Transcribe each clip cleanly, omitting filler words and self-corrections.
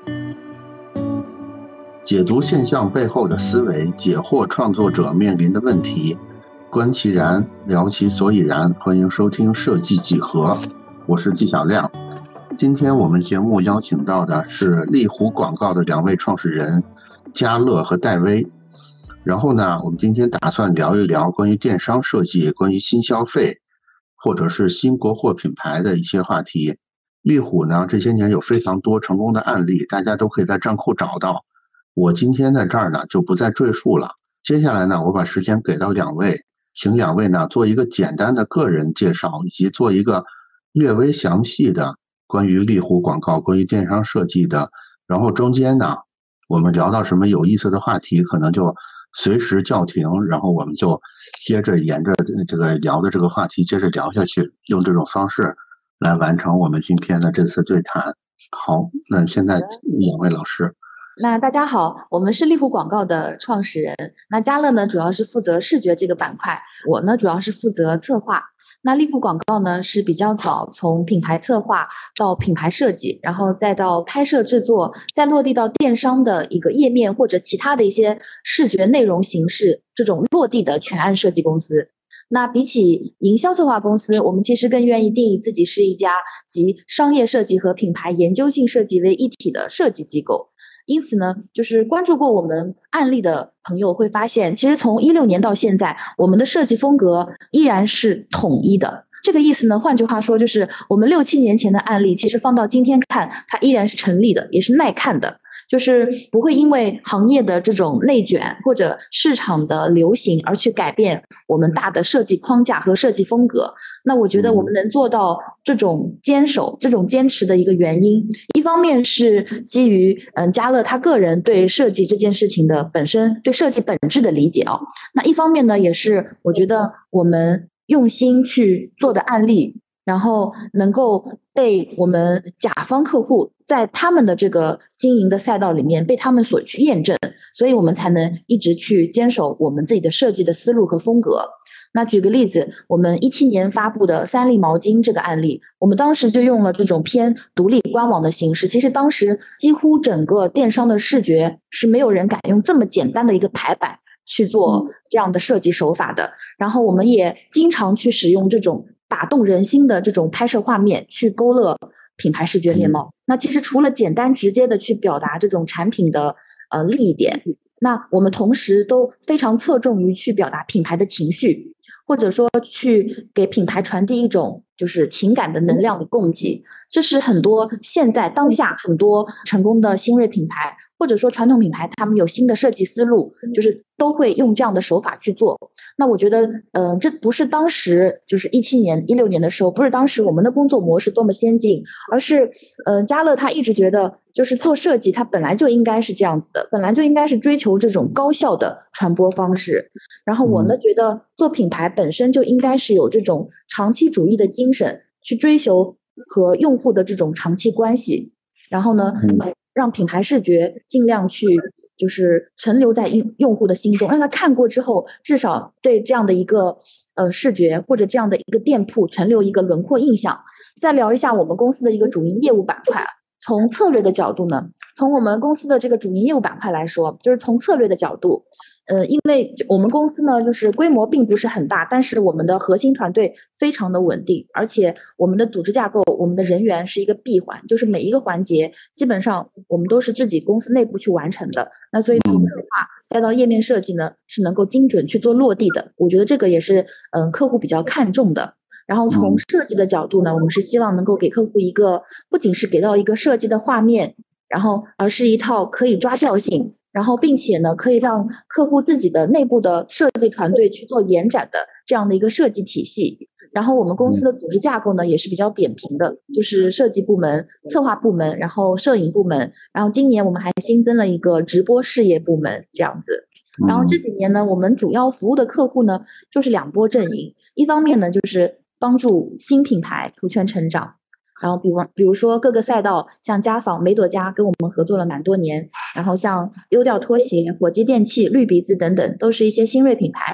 解读现象背后的思维，解惑创作者面临的问题，观其然，聊其所以然。欢迎收听设计几何，我是纪晓亮。今天我们节目邀请到的是丽虎广告的两位创始人嘉乐和戴威。然后呢，我们今天打算聊一聊关于电商设计、关于新消费或者是新国货品牌的一些话题。丽虎呢，这些年有非常多成功的案例，大家都可以在账户找到。我今天在这儿呢就不再赘述了。接下来呢，我把时间给到两位，请两位呢做一个简单的个人介绍，以及做一个略微详细的关于丽虎广告、关于电商设计的。然后中间呢，我们聊到什么有意思的话题，可能就随时叫停，然后我们就接着沿着这个聊的这个话题接着聊下去，用这种方式来完成我们今天的这次对谈。好，那现在两位老师。 那大家好，我们是丽虎广告的创始人。那嘉乐呢，主要是负责视觉这个板块，我呢主要是负责策划。那丽虎广告呢是比较早从品牌策划到品牌设计，然后再到拍摄制作，再落地到电商的一个页面或者其他的一些视觉内容形式这种落地的全案设计公司。那比起营销策划公司，我们其实更愿意定义自己是一家集商业设计和品牌研究性设计为一体的设计机构。因此呢，就是关注过我们案例的朋友会发现，其实从16年到现在，我们的设计风格依然是统一的。这个意思呢，换句话说，就是我们6、7年前的案例，其实放到今天看，它依然是成立的，也是耐看的。就是不会因为行业的这种内卷或者市场的流行而去改变我们大的设计框架和设计风格。那我觉得我们能做到这种坚守、这种坚持的一个原因，一方面是基于嘉乐他个人对设计这件事情的本身对设计本质的理解啊。那一方面呢，也是我觉得我们用心去做的案例，然后能够被我们甲方客户在他们的这个经营的赛道里面被他们所去验证，所以我们才能一直去坚守我们自己的设计的思路和风格。那举个例子，我们17年发布的三丽毛巾这个案例，我们当时就用了这种偏独立官网的形式。其实当时几乎整个电商的视觉是没有人敢用这么简单的一个排版去做这样的设计手法的。然后我们也经常去使用这种打动人心的这种拍摄画面去勾勒品牌视觉面貌。那其实除了简单直接的去表达这种产品的利益点，那我们同时都非常侧重于去表达品牌的情绪，或者说去给品牌传递一种就是情感的能量的供给。这是很多现在当下很多成功的新锐品牌或者说传统品牌，他们有新的设计思路，就是都会用这样的手法去做。那我觉得这不是当时就是17年16年的时候，不是当时我们的工作模式多么先进，而是嘉乐他一直觉得就是做设计它本来就应该是这样子的，本来就应该是追求这种高效的传播方式。然后我呢觉得做品牌本身就应该是有这种长期主义的精神，去追求和用户的这种长期关系，然后呢让品牌视觉尽量去就是存留在用户的心中，让他看过之后至少对这样的一个视觉或者这样的一个店铺存留一个轮廓印象。再聊一下我们公司的一个主营业务板块。从策略的角度呢，从我们公司的这个主营业务板块来说，就是从策略的角度，因为我们公司呢，就是规模并不是很大，但是我们的核心团队非常的稳定，而且我们的组织架构，我们的人员是一个闭环，就是每一个环节基本上我们都是自己公司内部去完成的。那所以从策划再到页面设计呢，是能够精准去做落地的。我觉得这个也是客户比较看重的。然后从设计的角度呢，我们是希望能够给客户一个不仅是给到一个设计的画面，然后而是一套可以抓调性，然后并且呢可以让客户自己的内部的设计团队去做延展的这样的一个设计体系。然后我们公司的组织架构呢也是比较扁平的，就是设计部门、策划部门，然后摄影部门，然后今年我们还新增了一个直播事业部门这样子。然后这几年呢，我们主要服务的客户呢就是2波阵营，一方面呢就是帮助新品牌图圈成长，然后比如说各个赛道，像家纺、美朵家跟我们合作了蛮多年，然后像优调拖鞋、火鸡电器、绿鼻子等等，都是一些新锐品牌。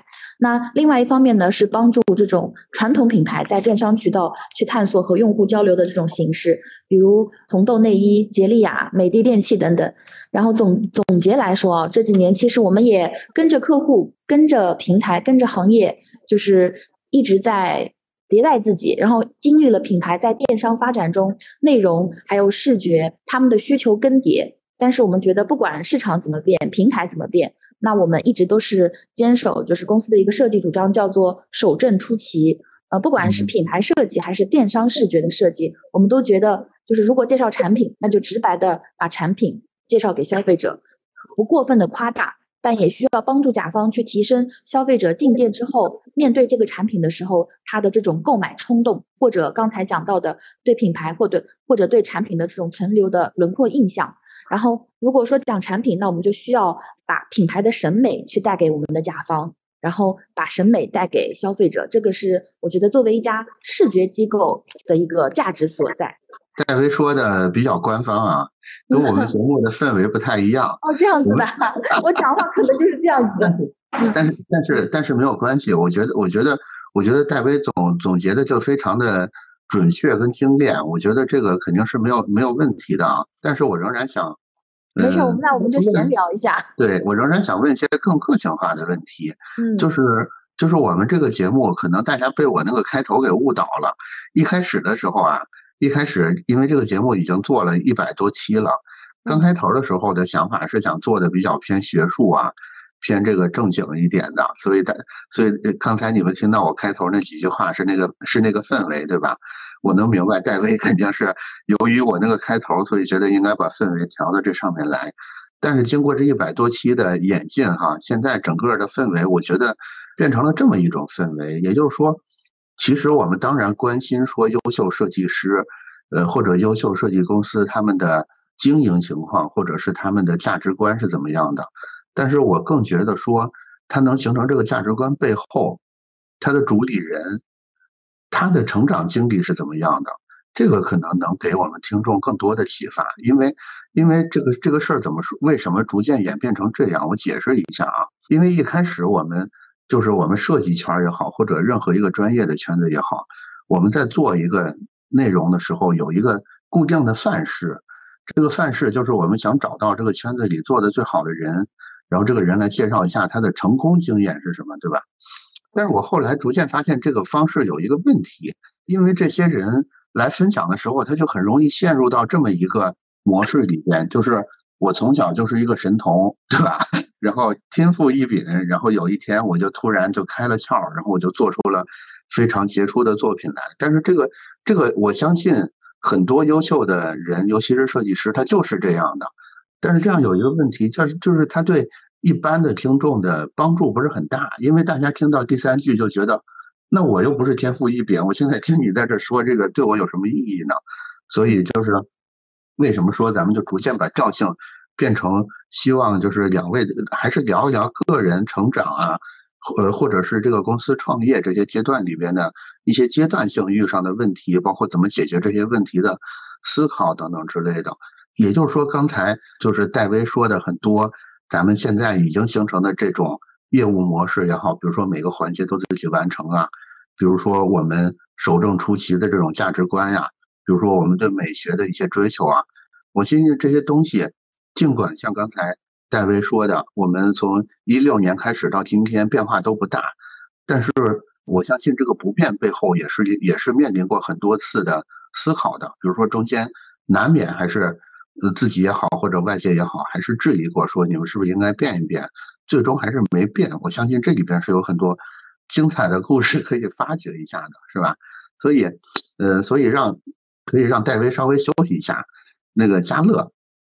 那另外一方面呢，是帮助这种传统品牌在电商渠道去探索和用户交流的这种形式，比如红豆内衣、杰利亚、美的电器等等。然后总结来说啊，这几年其实我们也跟着客户、跟着平台、跟着行业，就是一直在迭代自己，然后经历了品牌在电商发展中内容还有视觉他们的需求更迭。但是我们觉得，不管市场怎么变，平台怎么变，那我们一直都是坚守就是公司的一个设计主张，叫做守正出奇。不管是品牌设计还是电商视觉的设计，我们都觉得就是如果介绍产品，那就直白的把产品介绍给消费者，不过分的夸大，但也需要帮助甲方去提升消费者进店之后面对这个产品的时候他的这种购买冲动，或者刚才讲到的对品牌或者对产品的这种存留的轮廓印象。然后如果说讲产品，那我们就需要把品牌的审美去带给我们的甲方，然后把审美带给消费者，这个是我觉得作为一家视觉机构的一个价值所在。 戴维说的比较官方啊，跟我们节目的氛围不太一样。 哦，这样子的，我讲话可能就是这样子的。 但是没有关系，我觉得戴维总结的就非常的准确跟精炼，我觉得这个肯定是没有问题的啊。但是我仍然想， 没事，我们就闲聊一下。 对，我仍然想问一些更个性化的问题，就是我们这个节目可能大家被我那个开头给误导了。一开始的时候啊，因为这个节目已经做了100多期了，刚开头的时候的想法是想做的比较偏学术啊，偏这个正经一点的，所以刚才你们听到我开头那几句话是那个氛围，对吧？我能明白戴维肯定是由于我那个开头，所以觉得应该把氛围调到这上面来。但是经过这100多期的演进哈，现在整个的氛围我觉得变成了这么一种氛围，也就是说，其实我们当然关心说优秀设计师，或者优秀设计公司他们的经营情况，或者是他们的价值观是怎么样的。但是我更觉得说，它能形成这个价值观背后，它的主理人，他的成长经历是怎么样的，这个可能能给我们听众更多的启发。因为这个事儿怎么说，为什么逐渐演变成这样？我解释一下啊。因为一开始我们设计圈也好，或者任何一个专业的圈子也好，我们在做一个内容的时候，有一个固定的范式。这个范式就是我们想找到这个圈子里做的最好的人，然后这个人来介绍一下他的成功经验是什么，对吧？但是我后来逐渐发现这个方式有一个问题，因为这些人来分享的时候，他就很容易陷入到这么一个模式里边，就是我从小就是一个神童，对吧？然后天赋异禀，然后有一天我就突然就开了窍，然后我就做出了非常杰出的作品来。但是这个我相信很多优秀的人，尤其是设计师，他就是这样的。但是这样有一个问题，就是他对一般的听众的帮助不是很大，因为大家听到第3句就觉得，那我又不是天赋异禀，我现在听你在这说这个对我有什么意义呢？所以就是为什么说咱们就逐渐把调性变成希望就是两位还是聊一聊个人成长啊，或者是这个公司创业这些阶段里边的一些阶段性遇上的问题，包括怎么解决这些问题的思考等等之类的。也就是说，刚才就是戴维说的很多，咱们现在已经形成的这种业务模式也好，比如说每个环节都自己完成啊，比如说我们守正出奇的这种价值观呀，比如说我们对美学的一些追求啊，我相信这些东西，尽管像刚才戴维说的，我们从16年开始到今天变化都不大，但是我相信这个不变背后也是面临过很多次的思考的，比如说中间难免还是自己也好或者外界也好，还是质疑过说你们是不是应该变一变，最终还是没变。我相信这里边是有很多精彩的故事可以发掘一下的，是吧？所以可以让戴维稍微休息一下。那个嘉乐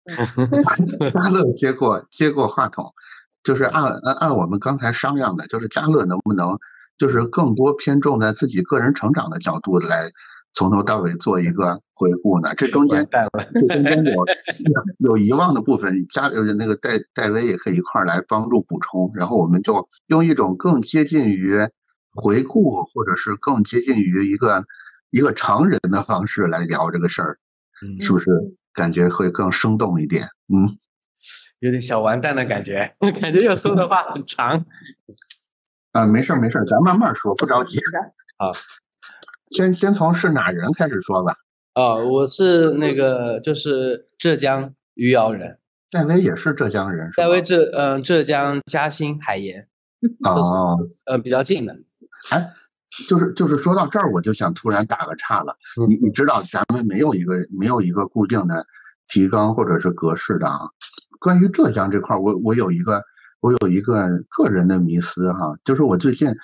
接过话筒，就是按我们刚才商量的，就是嘉乐能不能就是更多偏重在自己个人成长的角度来从头到尾做一个回顾呢？这中间有遗忘的部分，那个戴维也可以一块来帮助补充，然后我们就用一种更接近于回顾，或者是更接近于一个常人的方式来聊这个事儿，是不是感觉会更生动一点？ 有点小完蛋的感觉，感觉要说的话很长。 没事没事，咱慢慢说，不着急。 好， 先从是哪人开始说吧。 我是那个就是浙江余姚人。 戴维也是浙江人是吧？ 戴维浙江嘉兴海盐，都是比较近的。 哎，就是说到这儿，我就想突然打个岔了。你知道咱们没有一个固定的提纲或者是格式的啊。关于浙江这块，我有一个个人的迷思哈，就是我最近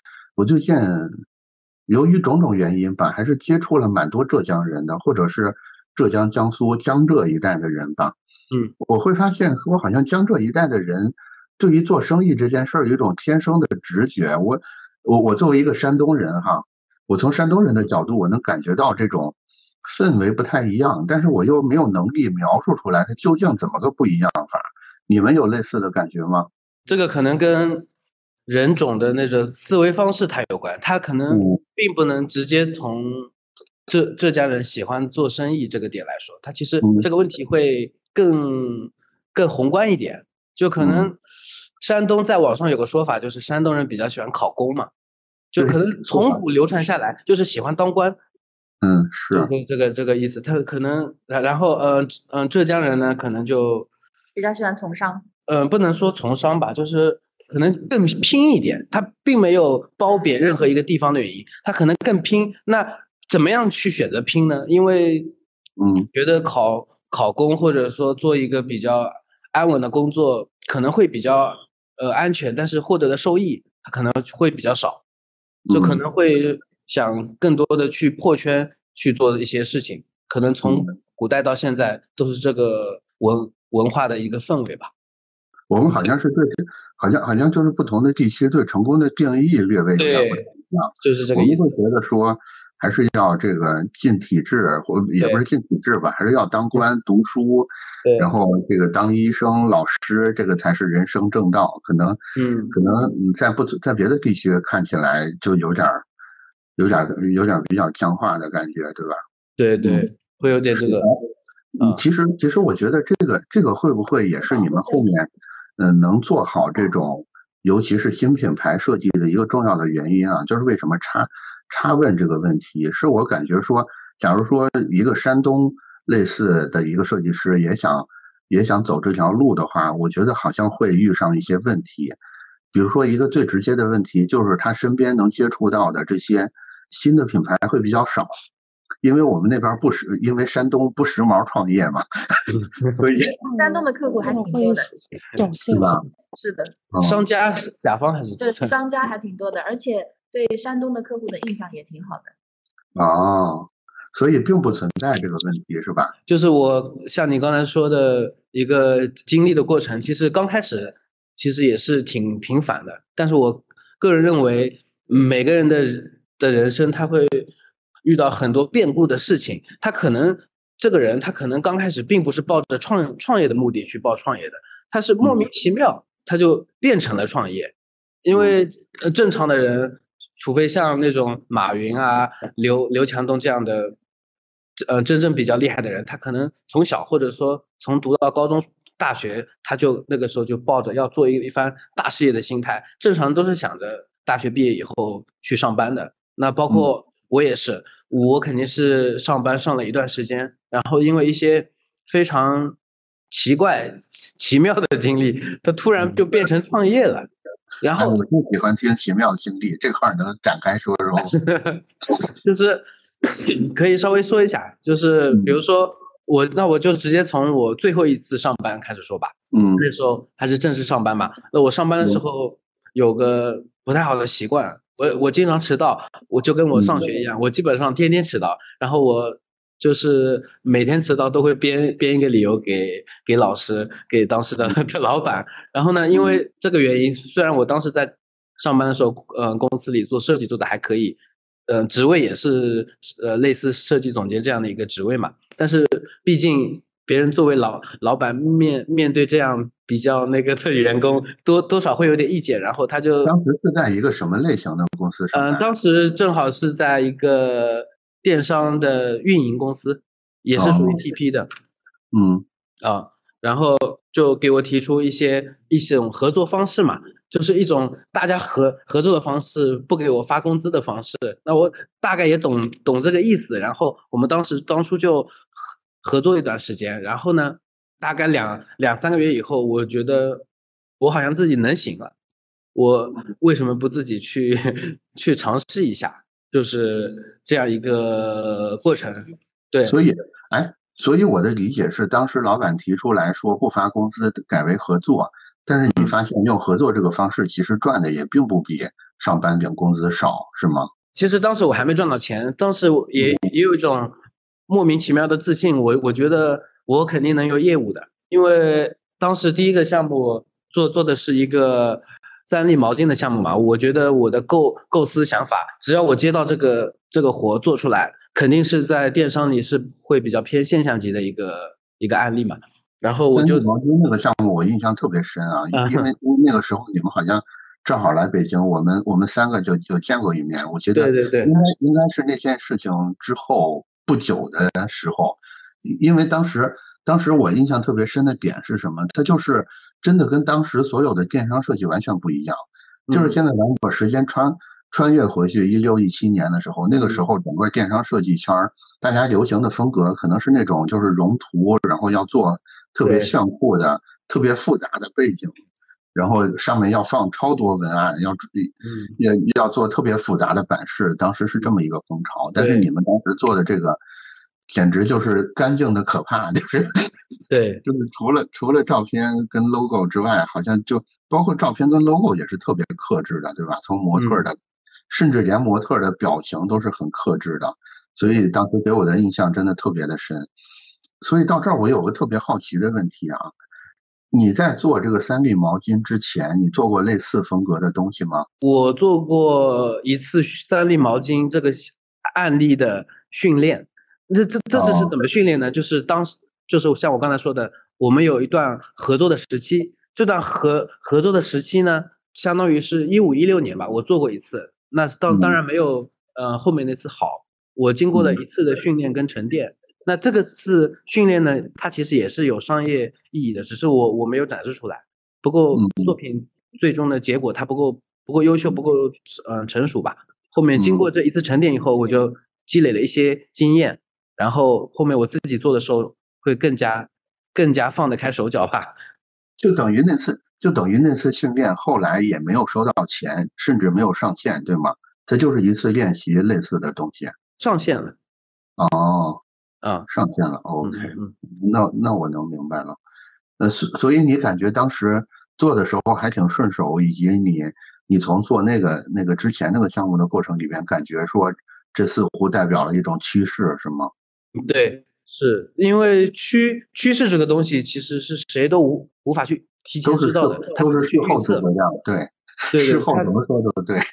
由于种种原因吧，还是接触了蛮多浙江人的，或者是浙江、江苏、江浙一带的人吧。我会发现说，好像江浙一带的人对于做生意这件事儿有一种天生的直觉。我作为一个山东人哈，我从山东人的角度，我能感觉到这种氛围不太一样，但是我又没有能力描述出来它究竟怎么个不一样法。你们有类似的感觉吗？ 这个可能跟人种的那个思维方式它有关，它可能并不能直接从浙江人喜欢做生意这个点来说，它其实这个问题会更宏观一点。就可能山东在网上有个说法，就是山东人比较喜欢考公嘛，就可能从古流传下来就是喜欢当官。 是这个意思。他可能然后浙江人呢可能就比较喜欢从商。 不能说从商吧，就是可能更拼一点。他并没有褒贬任何一个地方的原因，他可能更拼。那怎么样去选择拼呢？因为觉得考公或者说做一个比较安稳的工作可能会比较安全，但是获得的收益它可能会比较少，就可能会想更多的去破圈去做一些事情。可能从古代到现在都是这个文化的一个氛围吧。 我们好像是对，好像就是不同的地区对成功的定义略微有点不一样， 就是这个意思。 我们会觉得说，还是要这个进体制，或也不是进体制吧，还是要当官、读书，然后这个当医生、老师，这个才是人生正道。可能在别的地区看起来就有点比较僵化的感觉，对吧？ 对，会有点这个。 其实我觉得这个会不会也是你们后面能做好这种尤其是新品牌设计的一个重要的原因啊？就是为什么插问这个问题，是我感觉说，假如说一个山东类似的一个设计师也想走这条路的话，我觉得好像会遇上一些问题。比如说一个最直接的问题就是他身边能接触到的这些新的品牌会比较少。因为我们那边因为山东不时髦创业嘛，所以山东的客户还挺多的， 是吧？ 是的， 商家甲方还是对，商家还挺多的，而且对山东的客户的印象也挺好的。 所以并不存在这个问题，是吧？ 就是我像你刚才说的一个经历的过程，其实刚开始其实也是挺平凡的，但是我个人认为每个人的人生他会遇到很多变故的事情，这个人他可能刚开始并不是抱着创业的目的去创业的，他是莫名其妙他就变成了创业。因为正常的人，除非像那种马云啊、刘强东这样的真正比较厉害的人，他可能从小或者说从读到高中、大学，他就那个时候就抱着要做一番大事业的心态。正常都是想着大学毕业以后去上班的。那包括我也是，我肯定是上班上了一段时间，然后因为一些非常奇怪、奇妙的经历，他突然就变成创业了。然后我就喜欢听奇妙经历，这块能展开说说？ 就是可以稍微说一下，就是比如说那我就直接从我最后一次上班开始说吧。那时候还是正式上班嘛。那我上班的时候有个不太好的习惯，我经常迟到，我就跟我上学一样，我基本上天天迟到，然后我就是每天迟到都会编一个理由给老师，给当时的老板。然后呢，因为这个原因，虽然我当时在上班的时候，公司里做设计做的还可以，职位也是类似设计总监这样的一个职位嘛，但是毕竟别人作为老板面对这样比较那个的员工，多少会有点意见，然后他就当时是在一个什么类型的公司上班？ 当时正好是在一个电商的运营公司，也是属于 TP 的。 然后就给我提出一种合作方式嘛，就是一种大家合作的方式，不给我发工资的方式。那我大概也懂这个意思，然后我们当初就合作一段时间，然后呢，大概两三个月以后，我觉得我好像自己能行了，我为什么不自己去去尝试一下？就是这样一个过程。对， 所以我的理解是，当时老板提出来说不发工资，改为合作，但是你发现用合作这个方式，其实赚的也并不比上班领工资少，是吗？ 其实当时我还没赚到钱，当时也有一种莫名其妙的自信，我觉得我肯定能有业务的，因为当时第一个项目做的是一个3粒毛巾的项目嘛，我觉得我的构思想法，只要我接到这个活做出来，肯定是在电商里是会比较偏现象级的一个案例嘛。然后我就 3粒毛巾那个项目我印象特别深啊，因为那个时候你们好像正好来北京，我们3个就见过一面，我觉得对， 应该是那件事情之后不久的时候，因为当时我印象特别深的点是什么？它就是真的跟当时所有的电商设计完全不一样。就是现在咱们把时间穿越回去16、17年的时候，那个时候整个电商设计圈大家流行的风格可能是那种就是荣图，然后要做特别炫酷的、特别复杂的背景，然后上面要放超多文案，要做特别复杂的版式，当时是这么一个风潮。但是你们当时做的这个，简直就是干净的可怕，就是对， 就是除了照片跟 logo 之外，好像就包括照片跟 logo 也是特别克制的，对吧？从模特的，甚至连模特的表情都是很克制的，所以当时给我的印象真的特别的深。所以到这儿我有个特别好奇的问题啊，你在做这个3粒毛巾之前，你做过类似风格的东西吗？ 我做过一次3粒毛巾这个案例的训练。这次是怎么训练呢？就是当时就是像我刚才说的，我们有一段合作的时期，这段合作的时期呢，相当于是15、16年吧，我做过一次，那是当然没有后面那次好。我经过了一次的训练跟沉淀，那这个次训练呢，它其实也是有商业意义的，只是我没有展示出来。不过作品最终的结果它不够优秀，不够成熟吧。后面经过这一次沉淀以后，我就积累了一些经验，然后后面我自己做的时候会更加放得开手脚吧。 就等于那次训练，后来也没有收到钱，甚至没有上线，对吗？它就是一次练习类似的东西。 上线了。 哦， 啊， 上线了。OK，那我能明白了。所以你感觉当时做的时候还挺顺手，以及你从做那个之前那个项目的过程里边，感觉说这似乎代表了一种趋势，是吗？ 对，是因为趋势这个东西其实是谁都无法去提前知道的， 都是事后诸诸葛亮，对， 对， 事后怎么说都对。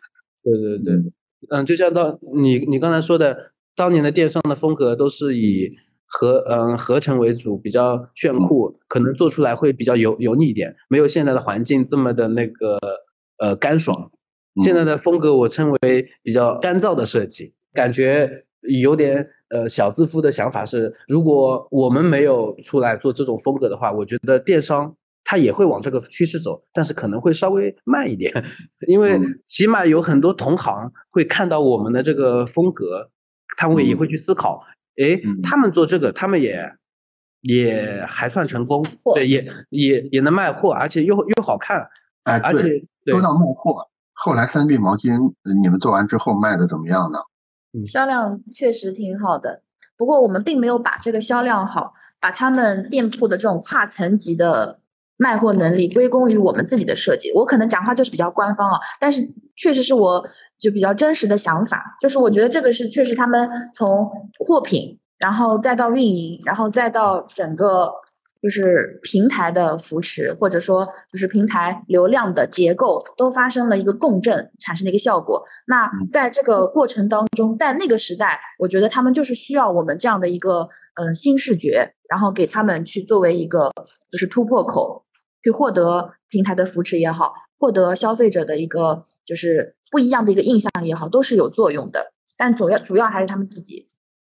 对，就像你刚才说的，当年的电商的风格都是以合成为主，比较炫酷，可能做出来会比较油腻一点，没有现在的环境这么的那个干爽。现在的风格我称为比较干燥的设计，感觉有点小自负的想法是，如果我们没有出来做这种风格的话，我觉得电商它也会往这个趋势走，但是可能会稍微慢一点，因为起码有很多同行会看到我们的这个风格，他们也会去思考，诶，他们做这个，他们也还算成功，对，也能卖货，而且又好看，而且说到卖货，后来3粒毛巾你们做完之后卖的怎么样呢？ 销量确实挺好的，不过我们并没有把这个销量好，把他们店铺的这种跨层级的卖货能力归功于我们自己的设计。我可能讲话就是比较官方啊，但是确实是我就比较真实的想法，就是我觉得这个是确实他们从货品，然后再到运营，然后再到整个就是平台的扶持，或者说就是平台流量的结构都发生了一个共振，产生的一个效果。那在这个过程当中，在那个时代，我觉得他们就是需要我们这样的一个新视觉，然后给他们去作为一个就是突破口，去获得平台的扶持也好，获得消费者的一个就是不一样的一个印象也好，都是有作用的。但主要还是他们自己。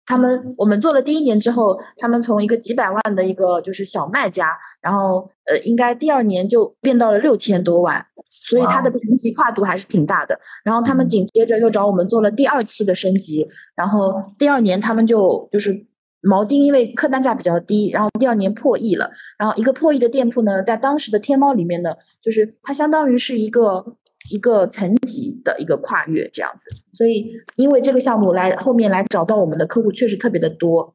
我们做了第1年之后，他们从一个几百万的一个就是小卖家，然后应该第2年就变到了6000多万，所以它的层级跨度还是挺大的。然后他们紧接着又找我们做了第2期的升级，然后第2年他们就是毛巾因为客单价比较低，然后第2年破亿了。然后一个破亿的店铺呢，在当时的天猫里面呢，就是它相当于是一个层级的一个跨越这样子。所以因为这个项目后面来找到我们的客户确实特别的多。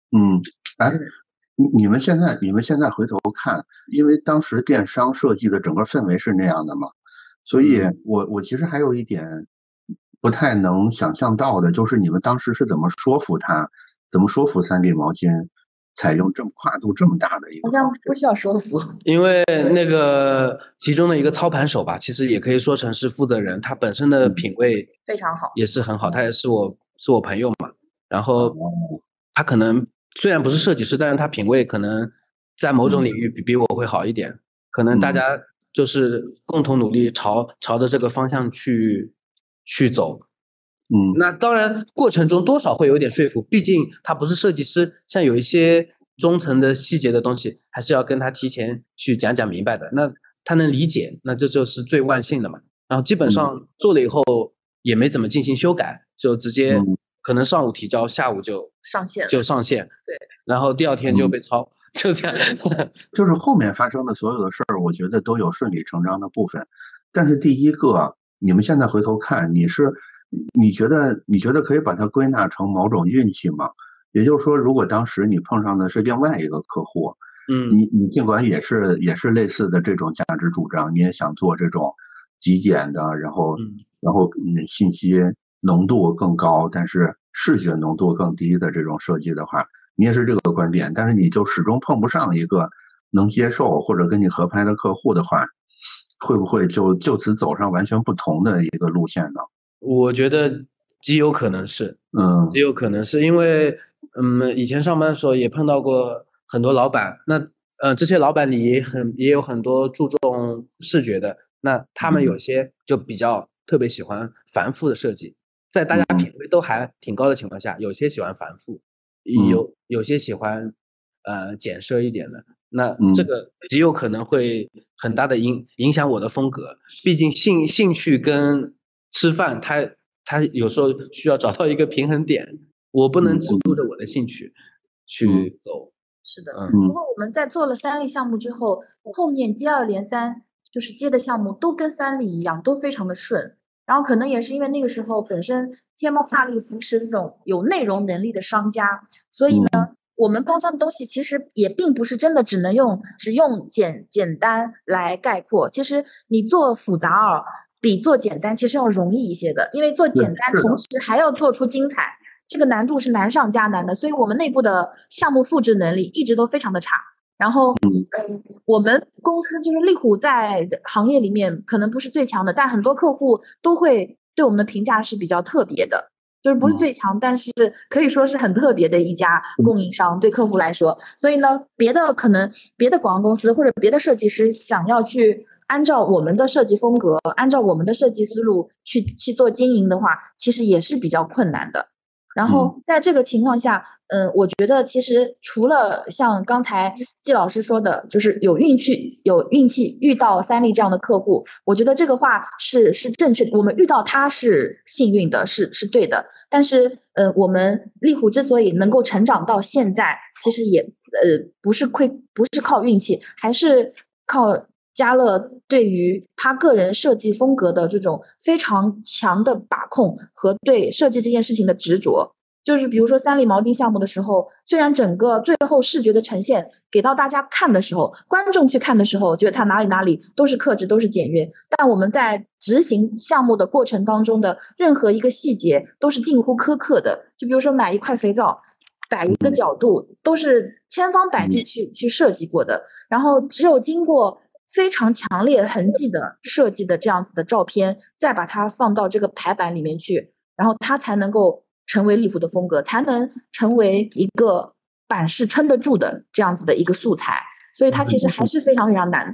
你们现在回头看，因为当时电商设计的整个氛围是那样的嘛，所以我其实还有一点不太能想象到的，就是你们当时是怎么说服三丽毛巾采用跨度这么大的一个方式？ 好像不需要说服， 因为那个其中的一个操盘手吧，其实也可以说成是负责人，他本身的品味非常好， 也是很好，他也是我朋友嘛。然后他可能虽然不是设计师，但是他品味可能在某种领域比我会好一点。可能大家就是共同努力朝着这个方向去走。那当然过程中多少会有点说服，毕竟他不是设计师，像有一些中层的细节的东西还是要跟他提前去讲明白的，那他能理解，那这就是最万幸的嘛。然后基本上做了以后也没怎么进行修改，就直接可能上午提交，下午就上线， 对， 然后第2天就被抄，就这样。 就是后面发生的所有的事儿，我觉得都有顺理成章的部分，但是第一个，你们现在回头看，你觉得可以把它归纳成某种运气吗？也就是说，如果当时你碰上的是另外一个客户，你尽管也是类似的这种价值主张，你也想做这种极简的，然后信息浓度更高，但是视觉浓度更低的这种设计的话，你也是这个观点，但是你就始终碰不上一个能接受或者跟你合拍的客户的话，会不会就此走上完全不同的一个路线呢？ 我觉得极有可能是，因为以前上班的时候也碰到过很多老板，那这些老板里也有很多注重视觉的，那他们有些就比较特别喜欢繁复的设计，在大家品味都还挺高的情况下，有些喜欢繁复，有些喜欢简奢一点的，那这个极有可能会很大的影响我的风格，毕竟兴趣跟吃饭他有时候需要找到一个平衡点，我不能只顾着我的兴趣去走。 是的，不过我们在做了3例项目之后，后面接二连三就是接的项目都跟3例一样，都非常的顺。然后可能也是因为那个时候本身天猫大力扶持这种有内容能力的商家，所以呢，我们包装的东西其实也并不是真的只用简单来概括。其实你做复杂比做简单其实要容易一些的，因为做简单同时还要做出精彩，这个难度是难上加难的，所以我们内部的项目复制能力一直都非常的差。然后我们公司就是力虎在行业里面可能不是最强的，但很多客户都会对我们的评价是比较特别的，就是不是最强，但是可以说是很特别的一家供应商对客户来说。所以呢，别的广告公司或者别的设计师想要去按照我们的设计风格，按照我们的设计思路去做经营的话，其实也是比较困难的。然后在这个情况下，我觉得其实除了像刚才季老师说的，就是有运气遇到3例这样的客户，我觉得这个话是正确的，我们遇到他是幸运的，是对的。但是我们力虎之所以能够成长到现在，其实也不是靠运气，还是靠嘉乐对于他个人设计风格的这种非常强的把控和对设计这件事情的执着。就是比如说3例毛巾项目的时候，虽然整个最后视觉的呈现给到大家看的时候，观众去看的时候觉得它哪里都是克制，都是简约，但我们在执行项目的过程当中的任何一个细节都是近乎苛刻的。就比如说买一块肥皂，摆一个角度，都是千方百计去设计过的，然后只有经过非常强烈痕迹的设计的这样子的照片，再把它放到这个排版里面去，然后它才能够成为力虎的风格，才能成为一个版式撑得住的这样子的一个素材，所以它其实还是非常非常难的。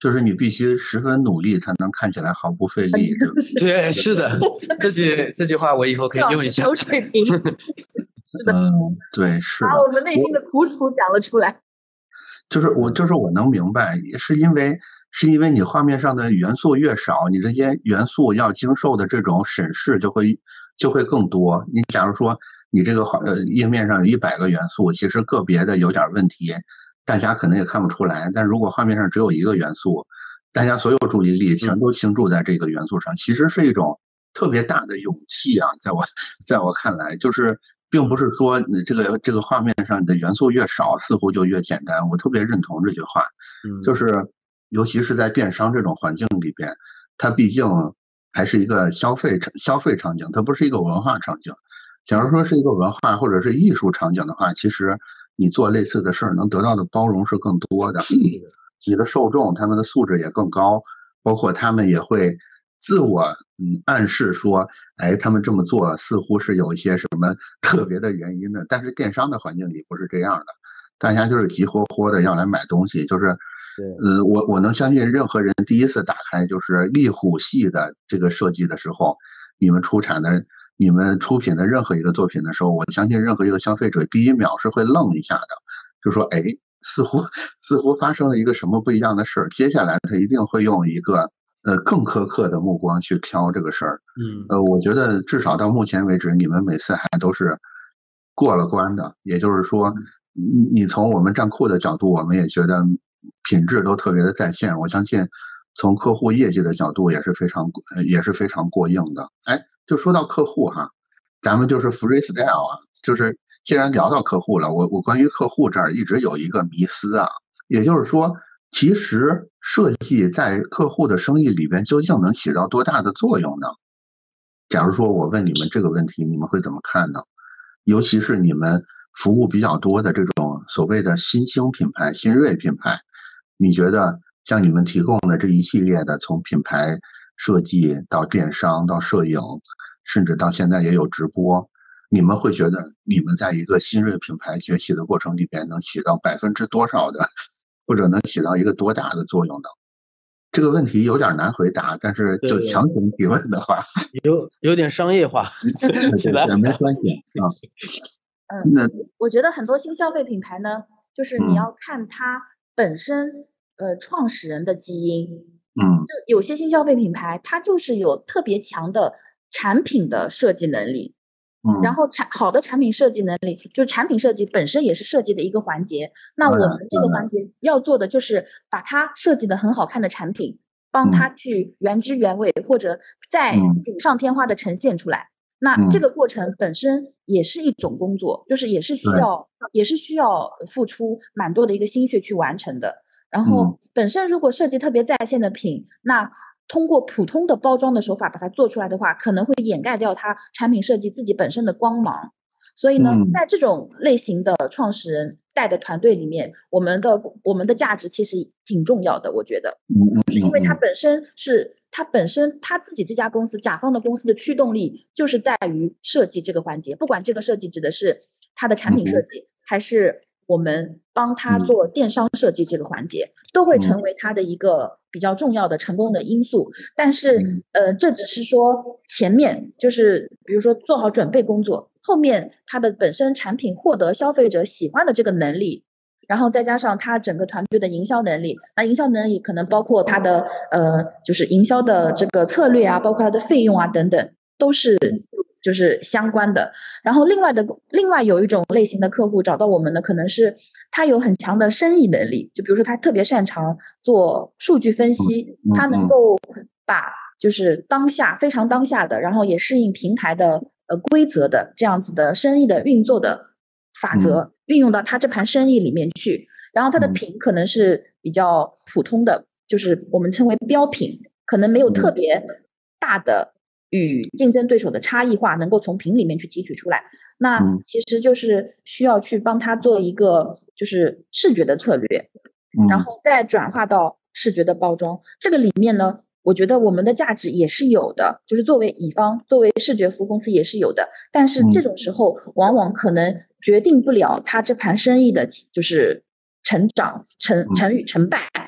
就是你必须十分努力才能看起来毫不费力，对吧？ 对，是的，这句话我以后可以用一下。 有水平，是的， 对，是的。 把我们内心的苦楚讲了出来。 就是我能明白，是因为你画面上的元素越少，你这些元素要经受的这种审视就会更多。你假如说你这个页面上有100个元素，其实个别的有点问题，大家可能也看不出来。但如果画面上只有一个元素，大家所有注意力全都倾注在这个元素上，其实是一种特别大的勇气啊！在我看来，就是并不是说你这个画面上你的元素越少，似乎就越简单。我特别认同这句话，就是尤其是在电商这种环境里边，它毕竟还是一个消费场景，它不是一个文化场景。假如说是一个文化或者是艺术场景的话，其实你做类似的事儿能得到的包容是更多的。你的受众他们的素质也更高，包括他们也会自我暗示说，哎，他们这么做似乎是有一些什么特别的原因的。但是电商的环境里不是这样的，大家就是急活活的要来买东西，就是我能相信任何人第一次打开就是壁虎系的这个设计的时候，你们出品的任何一个作品的时候，我相信任何一个消费者第一秒是会愣一下的，就说哎，似乎发生了一个什么不一样的事儿，接下来他一定会用一个更苛刻的目光去挑这个事儿。我觉得至少到目前为止，你们每次还都是过了关的，也就是说，你从我们站库的角度，我们也觉得品质都特别的在线。我相信从客户业绩的角度也是非常过硬的。哎，就说到客户哈，咱们就是 freestyle 啊，就是既然聊到客户了，我关于客户这儿一直有一个迷思啊，也就是说，其实设计在客户的生意里边究竟能起到多大的作用呢？假如说我问你们这个问题，你们会怎么看呢？尤其是你们服务比较多的这种所谓的新兴品牌、新锐品牌，你觉得像你们提供的这一系列的，从品牌设计到电商到摄影，甚至到现在也有直播，你们会觉得你们在一个新锐品牌崛起的过程里边能起到多少的，或者能起到一个多大的作用呢？这个问题有点难回答，但是就强行提问的话， 有点商业化， 对，没关系啊。那我觉得很多新消费品牌呢，就是你要看它本身创始人的基因。就有些新消费品牌，它就是有特别强的产品的设计能力。然后好的产品设计能力，就是产品设计本身也是设计的一个环节。那我们这个环节要做的就是把它设计的很好看的产品，帮它去原汁原味或者再锦上添花的呈现出来。那这个过程本身也是一种工作，就是也是需要付出蛮多的一个心血去完成的。然后本身如果设计特别在线的品，那通过普通的包装的手法把它做出来的话，可能会掩盖掉它产品设计自己本身的光芒。所以呢，在这种类型的创始人带的团队里面，我们的价值其实挺重要的，我觉得，就是因为它本身他自己这家公司甲方的公司的驱动力就是在于设计这个环节，不管这个设计指的是他的产品设计，还是我们帮他做电商设计这个环节，都会成为他的一个比较重要的成功的因素。但是这只是说前面就是比如说做好准备工作，后面他的本身产品获得消费者喜欢的这个能力，然后再加上他整个团队的营销能力，那营销能力可能包括他的就是营销的这个策略啊，包括他的费用啊等等，都是就是相关的。然后另外有一种类型的客户找到我们的，可能是他有很强的生意能力，就比如说他特别擅长做数据分析，他能够把就是非常当下的，然后也适应平台的规则的这样子的生意的运作的法则运用到他这盘生意里面去。然后他的品可能是比较普通的，就是我们称为标品，可能没有特别大的与竞争对手的差异化能够从品里面去提取出来。那其实就是需要去帮他做一个就是视觉的策略，然后再转化到视觉的包装。这个里面呢，我觉得我们的价值也是有的，就是作为乙方，作为视觉服务公司也是有的。但是这种时候往往可能决定不了他这盘生意的就是成长成与成败。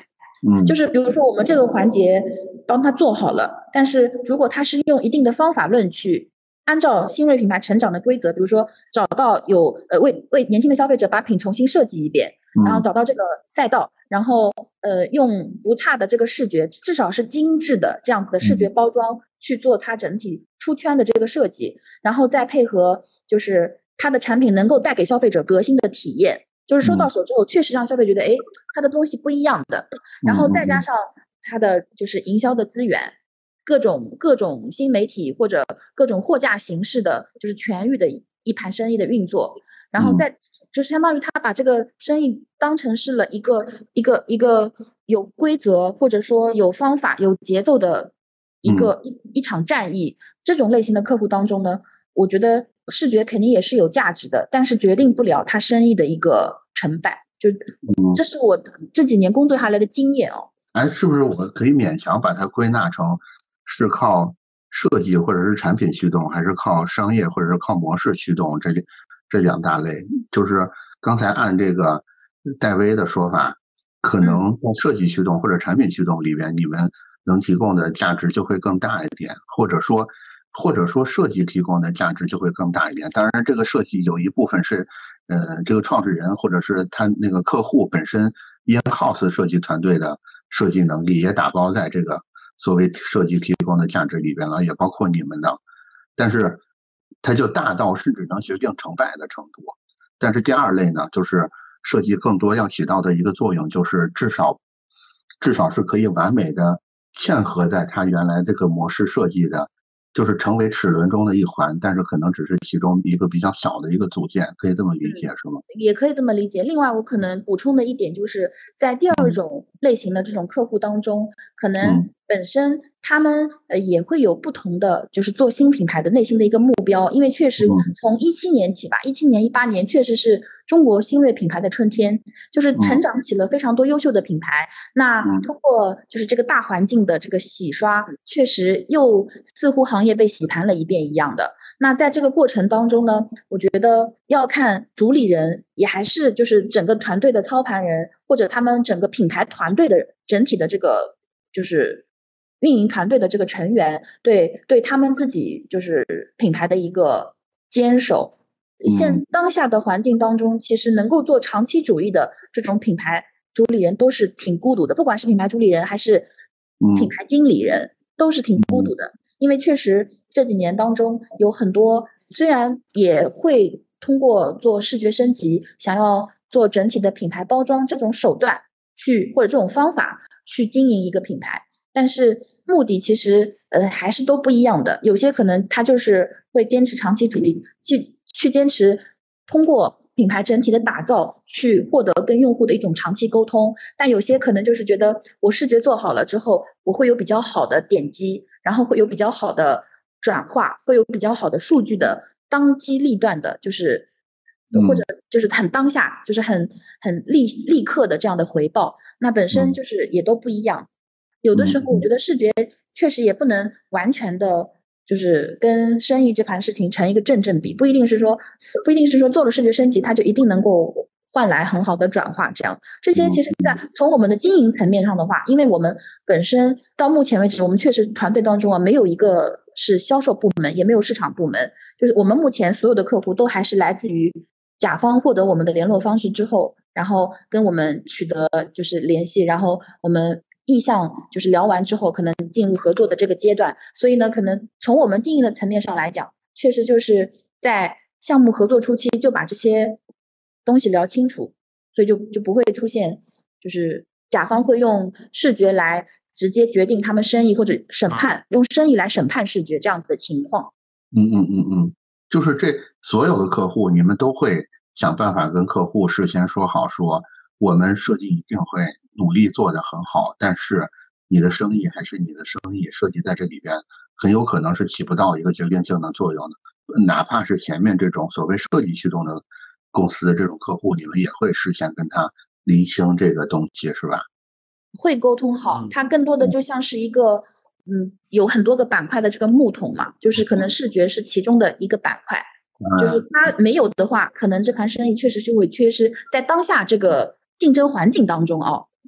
就是比如说我们这个环节帮他做好了，但是如果他是用一定的方法论去按照新锐品牌成长的规则，比如说找到为年轻的消费者把品重新设计一遍，然后找到这个赛道，然后用不差的这个视觉，至少是精致的这样子的视觉包装去做它整体出圈的这个设计，然后再配合就是它的产品能够带给消费者革新的体验，就是收到手之后确实让消费者觉得诶它的东西不一样的，然后再加上它的就是营销的资源，各种新媒体或者各种货架形式的就是全域的一盘生意的运作，然后再就是相当于他把这个生意当成是了一个有规则或者说有方法有节奏的一场战役。这种类型的客户当中呢，我觉得视觉肯定也是有价值的，但是决定不了他生意的一个成败，就这是我这几年工作下来的经验哦。 是不是我可以勉强把它归纳成是靠设计或者是产品驱动，还是靠商业或者是靠模式驱动，这两大类？就是刚才按这个戴维的说法，可能在设计驱动或者产品驱动里边，你们能提供的价值就会更大一点，或者说设计提供的价值就会更大一点。当然这个设计有一部分是这个创始人或者是他那个客户本身 in-house 设计团队的设计能力也打包在这个所谓设计提供的价值里边了，也包括你们的，但是它就大到甚至能决定成败的程度。但是第二类呢，就是设计更多要起到的一个作用，就是至少是可以完美的嵌合在它原来这个模式设计的，就是成为齿轮中的一环，但是可能只是其中一个比较小的一个组件，可以这么理解是吗？ 也可以这么理解。另外我可能补充的一点就是在第二种类型的这种客户当中，可能本身他们也会有不同的就是做新品牌的内心的一个目标，因为确实从17年起吧，17年18年确实是中国新锐品牌的春天，就是成长起了非常多优秀的品牌。那通过就是这个大环境的这个洗刷，确实又似乎行业被洗盘了一遍一样的。那在这个过程当中呢，我觉得要看主理人也还是就是整个团队的操盘人，或者他们整个品牌团队的整体的这个就是运营团队的这个成员，对他们自己就是品牌的一个坚守。当下的环境当中，其实能够做长期主义的这种品牌主理人都是挺孤独的，不管是品牌主理人还是品牌经理人，都是挺孤独的。因为确实这几年当中有很多虽然也会通过做视觉升级，想要做整体的品牌包装这种手段去或者这种方法去经营一个品牌，但是目的其实还是都不一样的。有些可能他就是会坚持长期主义，去坚持通过品牌整体的打造去获得跟用户的一种长期沟通，但有些可能就是觉得我视觉做好了之后，我会有比较好的点击，然后会有比较好的转化，会有比较好的数据的当机立断的，就是或者就是很当下，就是很立刻的这样的回报，那本身就是也都不一样。有的时候我觉得视觉确实也不能完全的就是跟生意这盘事情成一个正比，不一定是说做了视觉升级它就一定能够换来很好的转化，这些其实在从我们的经营层面上的话，因为我们本身到目前为止我们确实团队当中没有一个是销售部门，也没有市场部门，就是我们目前所有的客户都还是来自于甲方获得我们的联络方式之后，然后跟我们取得就是联系，然后我们意向就是聊完之后可能进入合作的这个阶段。所以呢可能从我们经营的层面上来讲，确实就是在项目合作初期就把这些东西聊清楚，所以就不会出现就是甲方会用视觉来直接决定他们生意或者审判，用生意来审判视觉这样子的情况。 就是这所有的客户你们都会想办法跟客户事先说好，说我们设计一定会努力做得很好，但是你的生意还是你的生意，设计在这里边很有可能是起不到一个决定性的作用的。哪怕是前面这种所谓设计驱动的公司这种客户，你们也会事先跟他厘清这个东西是吧？ 会沟通好，它更多的就像是一个有很多个板块的这个木桶嘛，就是可能视觉是其中的一个板块，就是它没有的话，可能这盘生意确实就会缺失在当下这个竞争环境当中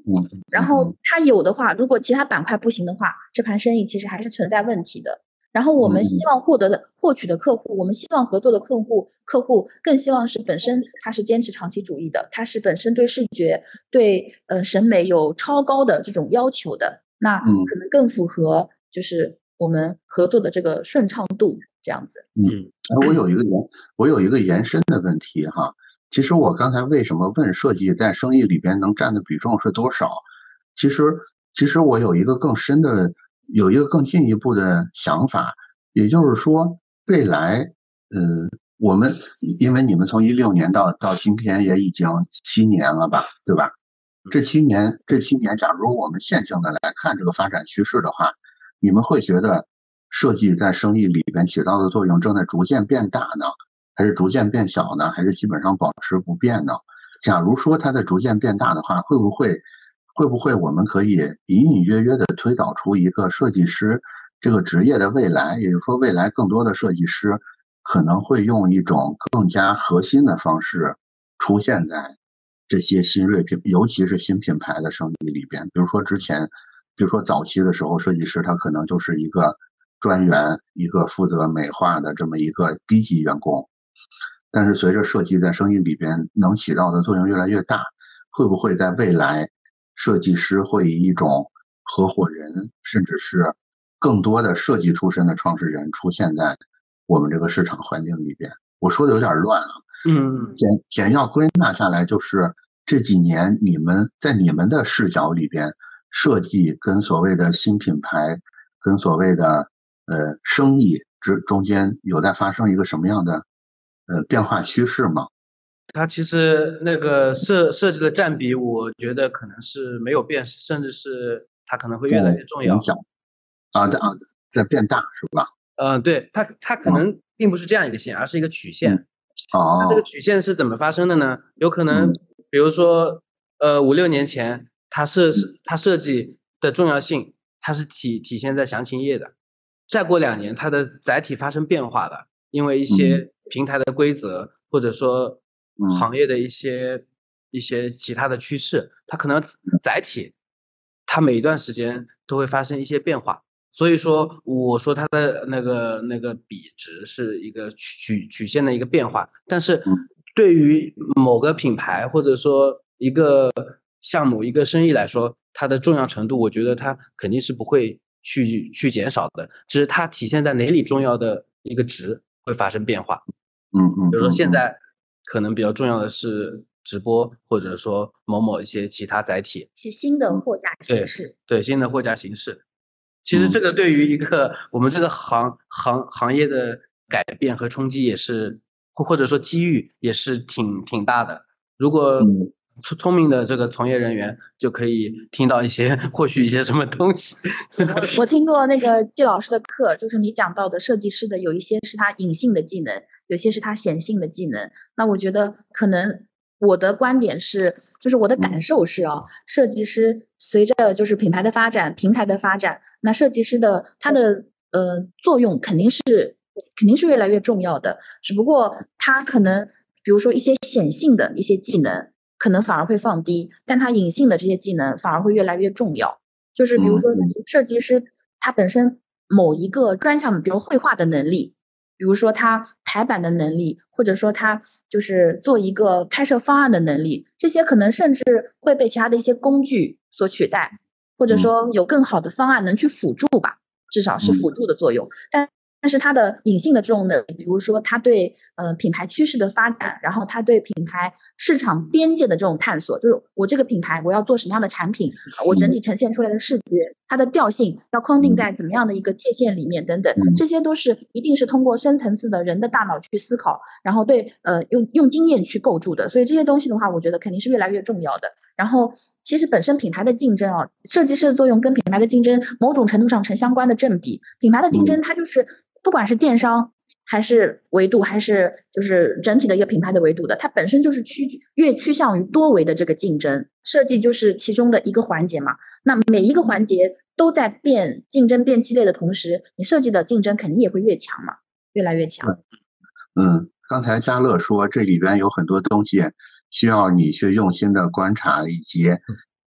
然后它有的话，如果其他板块不行的话，这盘生意其实还是存在问题的。然后我们希望获取的客户，我们希望合作的客户更希望是本身他是坚持长期主义的，他是本身对视觉、对审美有超高的这种要求的，那可能更符合就是我们合作的这个顺畅度这样子。 我有一个延伸的问题哈。其实我刚才为什么问设计在生意里边能占的比重是多少？其实我有一个更进一步的想法，也就是说未来我们因为你们从16年到今天也已经7年了吧，对吧？这七年假如我们线性的来看这个发展趋势的话，你们会觉得设计在生意里边起到的作用正在逐渐变大呢，还是逐渐变小呢，还是基本上保持不变呢？假如说它在逐渐变大的话，会不会我们可以隐隐约约的推导出一个设计师这个职业的未来？也就是说，未来更多的设计师可能会用一种更加核心的方式出现在这些尤其是新品牌的生意里边。比如说早期的时候，设计师他可能就是一个专员，一个负责美化的这么一个低级员工。但是随着设计在生意里边能起到的作用越来越大，会不会在未来设计师会以一种合伙人，甚至是更多的设计出身的创始人出现在我们这个市场环境里边？我说的有点乱啊。简要归纳下来就是这几年在你们的视角里边，设计跟所谓的新品牌跟所谓的生意中间有在发生一个什么样的变化趋势吗？ 它其实那个设计的占比，我觉得可能是没有变，甚至是它可能会越来越重要。 在变大是吧？ 对，它可能并不是这样一个线，而是一个曲线。它这个曲线是怎么发生的呢？有可能，比如说5-6年前，它设计的重要性，它是体现在详情页的。再过2年，它的载体发生变化了，因为一些平台的规则，或者说行业的一些其他的趋势，它可能载体，它每一段时间都会发生一些变化。所以说，我说它的那个比值是一个曲线的一个变化，但是对于某个品牌或者说一个项目、一个生意来说，它的重要程度，我觉得它肯定是不会去减少的，只是它体现在哪里重要的一个值会发生变化。比如说现在可能比较重要的是直播，或者说某一些其他载体， 是新的货架形式。 对新的货架形式。其实这个对于一个我们这个行业的改变和冲击也是，或者说机遇也是挺大的。如果聪明的这个从业人员就可以听到获取一些什么东西。 我听过那个季老师的课，就是你讲到的设计师的有一些是他隐性的技能，有些是他显性的技能。那我觉得可能我的观点是，就是我的感受是设计师随着就是品牌的发展、平台的发展，那设计师的他的作用肯定是越来越重要的。只不过他可能比如说一些显性的一些技能可能反而会放低，但他隐性的这些技能反而会越来越重要。就是比如说设计师他本身某一个专项，比如绘画的能力，比如说他排版的能力，或者说他就是做一个拍摄方案的能力，这些可能甚至会被其他的一些工具所取代，或者说有更好的方案能去辅助吧，至少是辅助的作用。但是它的隐性的这种能力，比如说它对品牌趋势的发展，然后它对品牌市场边界的这种探索，就是我这个品牌我要做什么样的产品，我整体呈现出来的视觉，它的调性要框定在怎么样的一个界限里面等等，这些都是一定是通过深层次的人的大脑去思考，然后对用经验去构筑的。所以这些东西的话，我觉得肯定是越来越重要的。然后其实本身品牌的竞争设计师的作用跟品牌的竞争某种程度上成相关的正比。品牌的竞争它就是不管是电商还是维度，还是就是整体的一个品牌的维度的，它本身就是越趋向于多维的这个竞争，设计就是其中的一个环节嘛。那每一个环节都在竞争变激烈的同时，你设计的竞争肯定也会越强嘛，越来越强。 刚才嘉乐说这里边有很多东西需要你去用心的观察，以及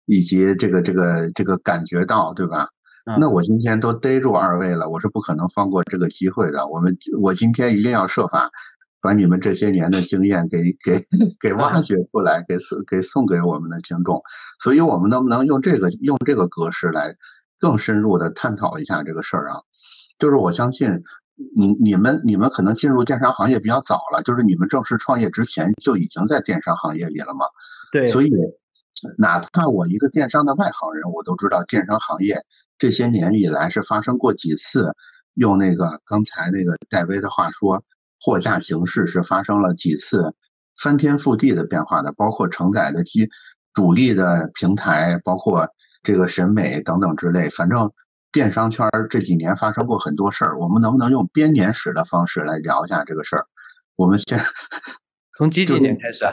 以及这个感觉到，对吧？那我今天都逮住二位了，我是不可能放过这个机会的。我今天一定要设法把你们这些年的经验给挖掘出来，给送给我们的听众。所以我们能不能用这个格式来更深入的探讨一下这个事儿啊？就是我相信你们可能进入电商行业比较早了，就是你们正式创业之前就已经在电商行业里了嘛。 对， 所以哪怕我一个电商的外行人，我都知道电商行业这些年以来是发生过几次，用那个刚才那个戴维的话说，货架形式是发生了几次翻天覆地的变化的，包括承载的主力的平台，包括这个审美等等之类。反正电商圈这几年发生过很多事儿，我们能不能用编年史的方式来聊一下这个事儿？我们先从几年开始啊？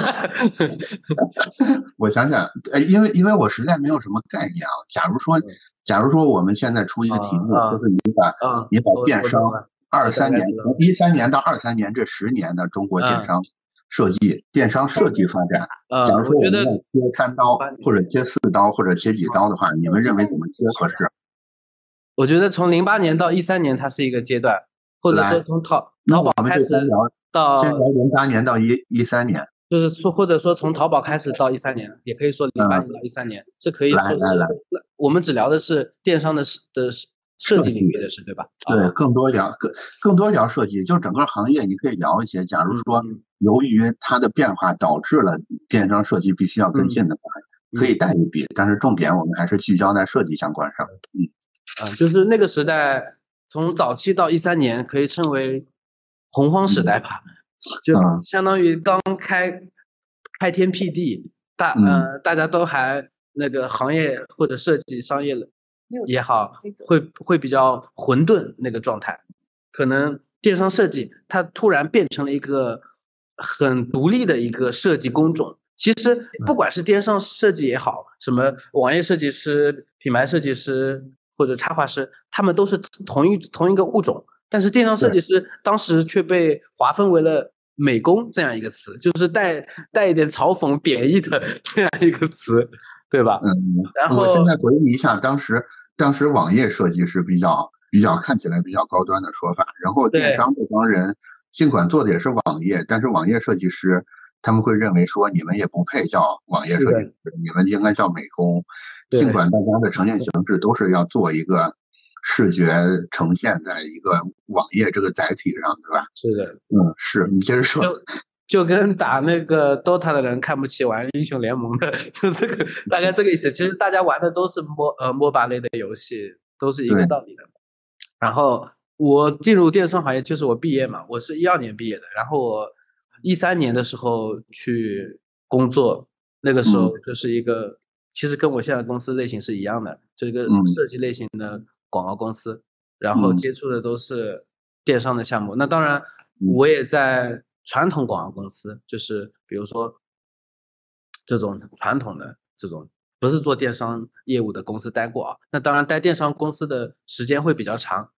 我想想，因为我实在没有什么概念啊。假如说我们现在出一个题目，就是你把电商23年，从13年到23年这10年的中国电商设计、电商设计发展，假如说我们要切3刀，或者切4刀，或者切几刀的话，你们认为怎么切合适？ 我觉得从08年到13年，它是一个阶段，或者说从淘宝开始到先聊08年到13年。 就是说，或者说从淘宝开始到13年，也可以说08年到13年，这可以说是。我们只聊的是电商的设计领域的事，对吧？ 对，更多聊设计，就整个行业你可以聊一些。假如说由于它的变化导致了电商设计必须要跟进的话，可以带一笔，但是重点我们还是聚焦在设计相关上。 就是那个时代，从早期到13年，可以称为洪荒时代吧。就相当于刚开天辟地，大家都还那个行业或者设计商业也好，会比较混沌那个状态。可能电商设计它突然变成了一个很独立的一个设计工种。其实不管是电商设计也好，什么网页设计师、品牌设计师或者插画师，他们都是同一个物种。但是电商设计师当时却被划分为了美工这样一个词，就是带一点嘲讽贬义的这样一个词，对吧？然后我现在回忆一下，当时网页设计是比较看起来比较高端的说法，然后电商这帮人尽管做的也是网页，但是网页设计师他们会认为说你们也不配叫网页设计师，你们应该叫美工。尽管大家的呈现形式都是要做一个视觉呈现在一个网页这个载体上，对吧？ 是的， 是你接着说。 就跟打那个 DOTA 的人看不起玩英雄联盟的，就这个大概这个意思。其实大家玩的都是MOBA 类的游戏，都是一个道理的。然后我进入电商行业就是我毕业嘛，我是12年毕业的，然后我13年的时候去工作，那个时候就是一个其实跟我现在的公司类型是一样的，这个设计类型的广告公司，然后接触的都是电商的项目。那当然我也在传统广告公司，就是比如说这种传统的这种不是做电商业务的公司待过啊。那当然待电商公司的时间会比较长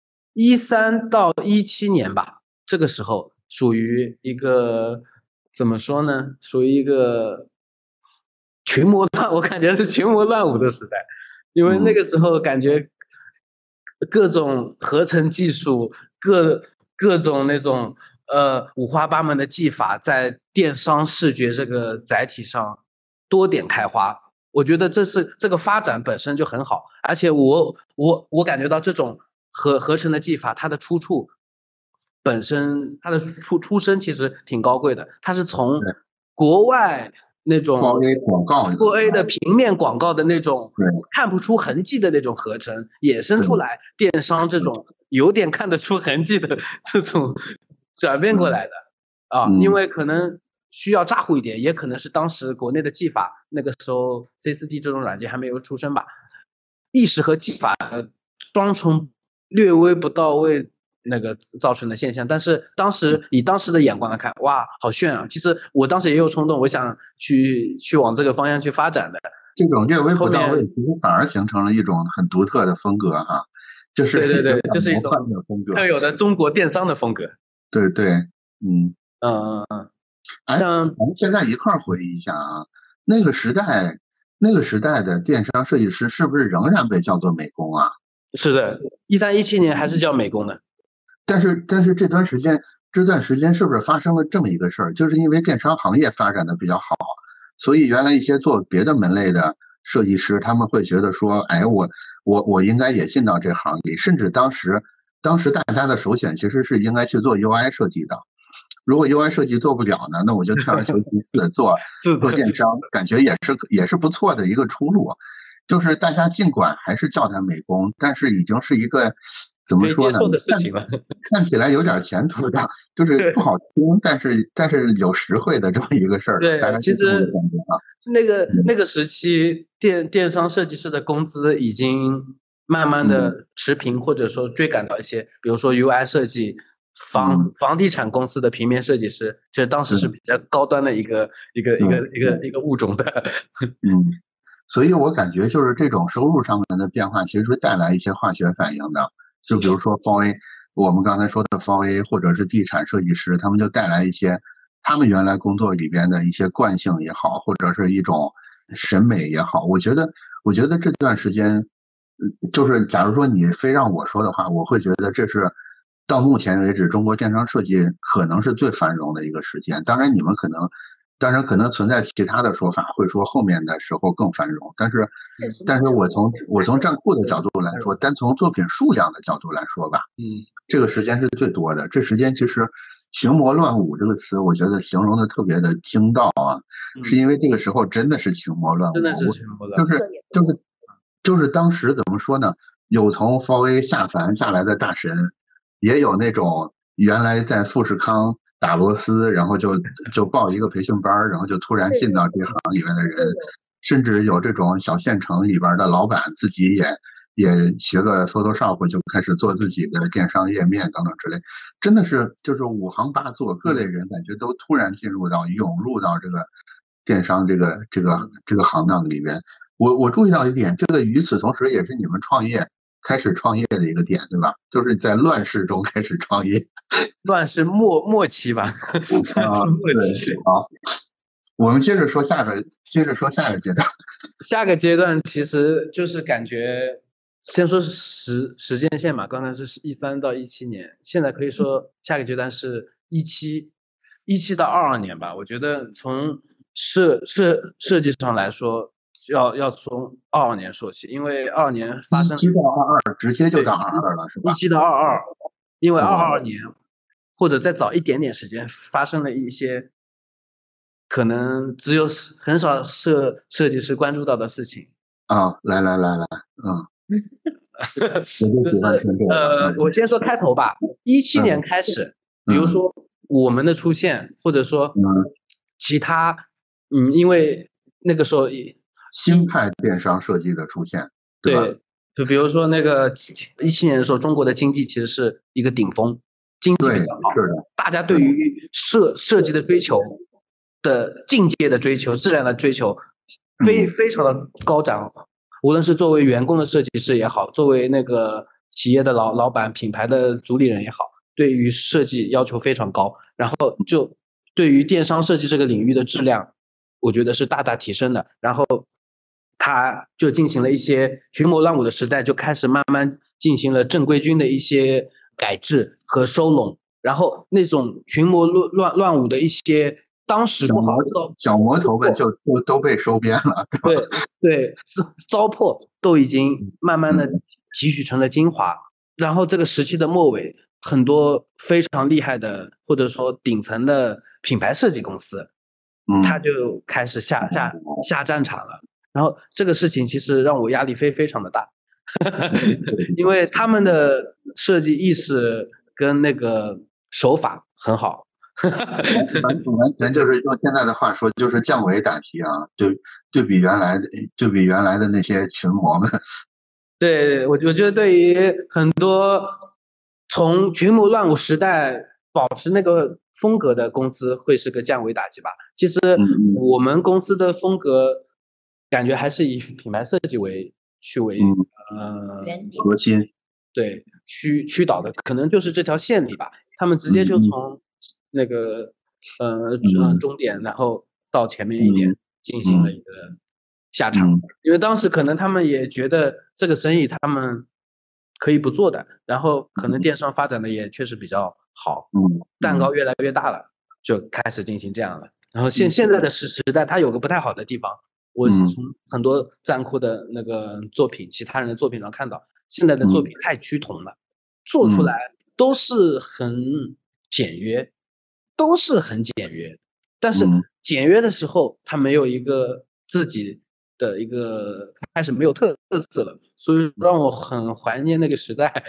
，13到17年吧，这个时候属于一个怎么说呢？属于一个群魔乱，我感觉是群魔乱舞的时代，因为那个时候感觉各种合成技术，各种那种五花八门的技法在电商视觉这个载体上多点开花。我觉得这个发展本身就很好，而且我感觉到这种合成的技法，它的出处本身，它的出身其实挺高贵的，它是从国外那种 4A 的平面广告的那种看不出痕迹的那种合成，衍生出来电商这种有点看得出痕迹的这种转变过来的啊，因为可能需要咋呼一点，也可能是当时国内的技法，那个时候 C4D 这种软件还没有出生吧，意识和技法双重略微不到位那个造成的现象。但是以当时的眼光来看，哇，好炫啊！其实我当时也有冲动，我想去往这个方向去发展的。 这种略微不到位，其实反而形成了一种很独特的风格哈，就是对，就是一种特有的中国电商的风格。 对， 像咱们现在一块儿回忆一下啊，那个时代那个时代的电商设计师是不是仍然被叫做美工啊？ 是的，13、17年还是叫美工的。 但是这段时间是不是发生了这么一个事儿？就是因为电商行业发展的比较好，所以原来一些做别的门类的设计师，他们会觉得说，哎，我应该也进到这行里。甚至当时大家的首选其实是应该去做 UI 设计的。如果 UI 设计做不了呢，那我就退而求其次做是的， 电商，感觉也是不错的一个出路。就是大家尽管还是叫它美工，但是已经是一个怎么说呢？ 可以接受的事情了。 看起来有点前途的，就是不好听，但是有实惠的这么一个事儿。大对， 概其实是这么个感觉啊。 那个时期，电商设计师的工资已经慢慢的持平，或者说追赶到一些，比如说 UI 设计、房地产公司的平面设计师，其实当时是比较高端的一个物种的。 嗯，所以我感觉就是这种收入上面的变化，其实带来一些化学反应的。就比如说方 A，我们刚才说的方 A 或者是地产设计师，他们就带来一些他们原来工作里边的一些惯性也好，或者是一种审美也好。我觉得这段时间，就是假如说你非让我说的话，我会觉得这是到目前为止中国电商设计可能是最繁荣的一个时间。当然可能存在其他的说法，会说后面的时候更繁荣。但是我从站库的角度来说，单从作品数量的角度来说吧，这个时间是最多的。这时间其实群魔乱舞这个词，我觉得形容的特别的精到啊，是因为这个时候真的是群魔乱舞， 真的是群魔乱舞。 就是当时怎么说呢？有从方 A 下凡下来的大神，也有那种原来在富士康打螺丝，然后就报一个培训班，然后就突然进到这行里面的人，甚至有这种小县城里边的老板自己也学个 Photoshop 就开始做自己的电商页面等等之类，真的是就是五行八作，各类人感觉都突然涌入到这个电商这个行当里边。我注意到一点，这个与此同时也是你们开始创业的一个点，对吧？就是在乱世中开始创业。 乱世末期吧。乱世末期。 好，我们接着说下个阶段。 下个阶段其实就是感觉，先说是时间线嘛，刚才是13到17年，现在可以说下个阶段是17到22年吧。我觉得从设计上来说，要从22年说起，因为22年发生 17到22，直接就到22了，是吧 ？17到22，因为22年或者再早一点点时间发生了一些可能只有很少设计师关注到的事情。 来， 就是我先说开头吧。17年开始，比如说我们的出现，或者说其他，因为那个时候新派电商设计的出现，对吧？ 就比如说那个17年的时候，中国的经济其实是一个顶峰，经济比较好， 是的， 大家对于设计的追求的境界的追求、质量的追求，非常的高涨。无论是作为员工的设计师也好，作为那个企业的老板、品牌的主理人也好，对于设计要求非常高。然后就对于电商设计这个领域的质量，我觉得是大大提升的。然后他就进行了一些群魔乱舞的时代，就开始慢慢进行了正规军的一些改制和收拢。然后那种群魔乱舞的一些当时不好小魔头们就都被收编了， 对，糟粕都已经慢慢的汲取成了精华。然后这个时期的末尾，很多非常厉害的或者说顶层的品牌设计公司，他就开始下战场了。然后这个事情其实让我压力非常的大，因为他们的设计意识跟那个手法很好。 咱就是用现在的话说，就是降维打击啊，就比原来的那些群魔们。 对，我觉得对于很多从群魔乱舞时代保持那个风格的公司，会是个降维打击吧。其实我们公司的风格感觉还是以品牌设计为核心， 对，驱导的，可能就是这条线里吧。他们直接就从那个终点，然后到前面一点进行了一个下场，因为当时可能他们也觉得这个生意他们可以不做的，然后可能电商发展的也确实比较好，蛋糕越来越大了，就开始进行这样了。然后现在的时代，它有个不太好的地方，我从很多站库的那个作品，其他人的作品上看到，现在的作品太趋同了，做出来都是很简约，但是简约的时候，它没有一个自己的一个开始没有特色了，所以让我很怀念那个时代。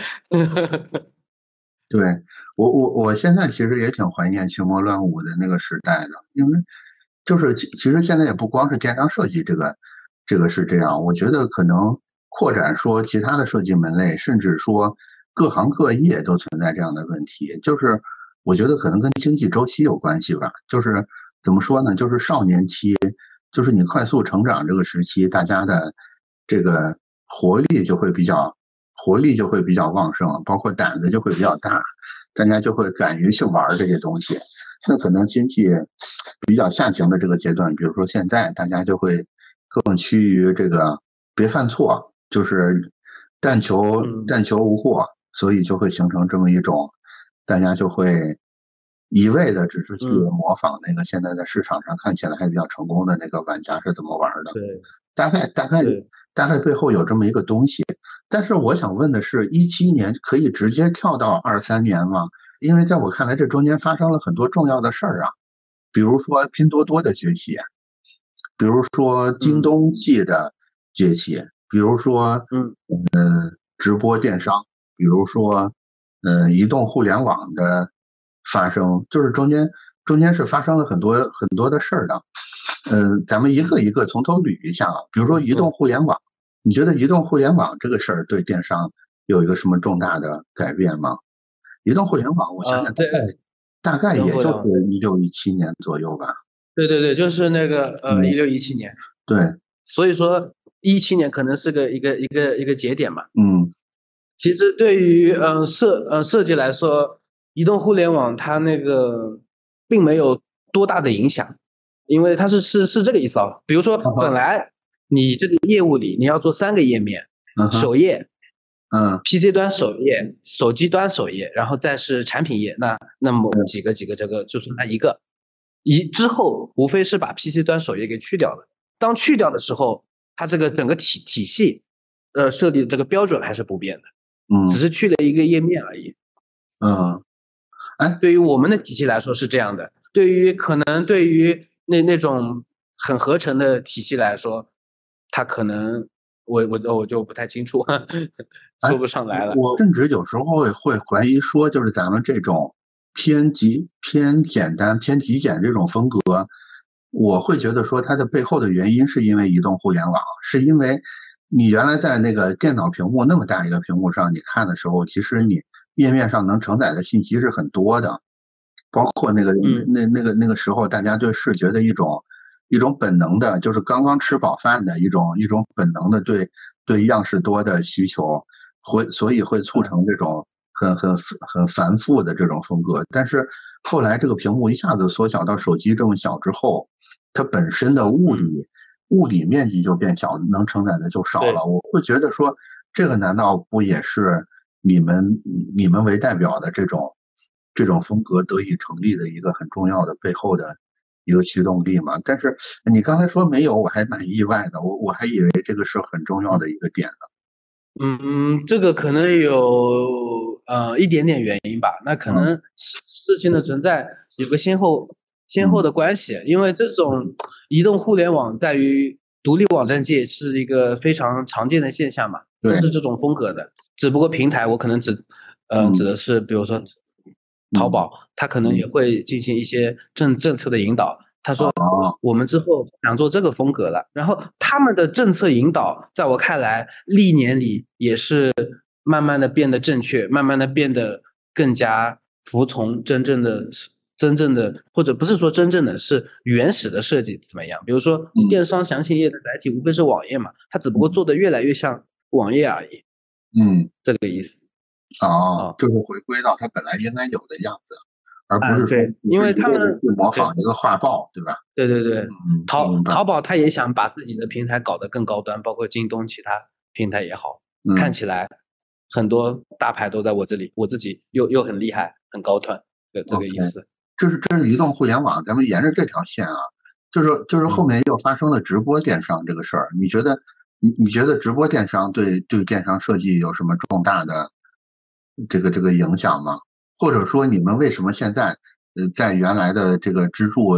对，我现在其实也挺怀念群魔乱舞的那个时代的，因为就是其实现在也不光是电商设计这个是这样，我觉得可能扩展说其他的设计门类，甚至说各行各业都存在这样的问题，就是我觉得可能跟经济周期有关系吧，就是怎么说呢，就是少年期，就是你快速成长这个时期，大家的这个活力就会比较旺盛，包括胆子就会比较大，大家就会敢于去玩这些东西。那可能经济比较下行的这个阶段，比如说现在，大家就会更趋于这个别犯错，就是但求无过，所以就会形成这么一种，大家就会一味的只是去模仿那个现在在市场上看起来还比较成功的那个玩家是怎么玩的。 对， 大概背后有这么一个东西。但是我想问的是，17年可以直接跳到23年吗？因为在我看来，这中间发生了很多重要的事儿啊，比如说拼多多的崛起，比如说京东系的崛起，比如说直播电商，比如说移动互联网的发生，就是中间是发生了很多的事儿的。咱们一个一个从头捋一下啊，比如说移动互联网，你觉得移动互联网这个事儿对电商有一个什么重大的改变吗？移动互联网，我想想，大概也就是16、17年左右吧。 对，就是那个16、17年。 对， 所以说17年可能是一个节点嘛。其实对于设计来说，移动互联网它那个并没有多大的影响，因为它是这个意思啊。比如说本来你这个业务里你要做3个页面，首页。PC 端首页、手机端首页，然后再是产品页，那么几个这个就算它一个，之后无非是把 PC 端首页给去掉了。当去掉的时候，它这个整个体系设立的这个标准还是不变的，只是去了一个页面而已。对于我们的体系来说是这样的，对于那种很合成的体系来说，它可能我就不太清楚，说不上来了。 我甚至有时候会怀疑说，就是咱们这种偏简单、偏极简这种风格，我会觉得说它的背后的原因是因为移动互联网，是因为你原来在那个电脑屏幕那么大一个屏幕上，你看的时候，其实你页面上能承载的信息是很多的，包括那个时候，大家对视觉的一种本能的，就是刚刚吃饱饭的一种本能的对样式多的需求，所以会促成这种很繁复的这种风格。但是后来这个屏幕一下子缩小到手机这么小之后，它本身的物理面积就变小，能承载的就少了。我会觉得说，这个难道不也是你们为代表的这种风格得以成立的一个很重要的背后的一个驱动力嘛？但是你刚才说没有，我还蛮意外的，我还以为这个是很重要的一个点呢。 这个可能有一点点原因吧。那可能事情的存在有个先后的关系，因为这种移动互联网在于独立网站界是一个非常常见的现象嘛，都是这种风格的。只不过平台我可能指的是，比如说淘宝，它可能也会进行一些政策的引导。他说我们之后想做这个风格了，然后他们的政策引导在我看来历年里也是慢慢的变得正确，慢慢的变得更加服从真正的，或者不是说真正的，是原始的设计怎么样。比如说电商详情页的载体无非是网页嘛，它只不过做的越来越像网页而已。这个意思。 就是回归到它本来应该有的样子。 而不是说对，因为他们去模仿一个画报，对吧？ 对， 明白。 淘宝它也想把自己的平台搞得更高端，包括京东其他平台也好，看起来很多大牌都在我这里，我自己又很厉害，很高端的这个意思。 这是移动互联网，咱们沿着这条线啊，就是后面又发生了直播电商这个事儿，你觉得直播电商对电商设计有什么重大的这个影响吗？或者说你们为什么现在在原来的这个支柱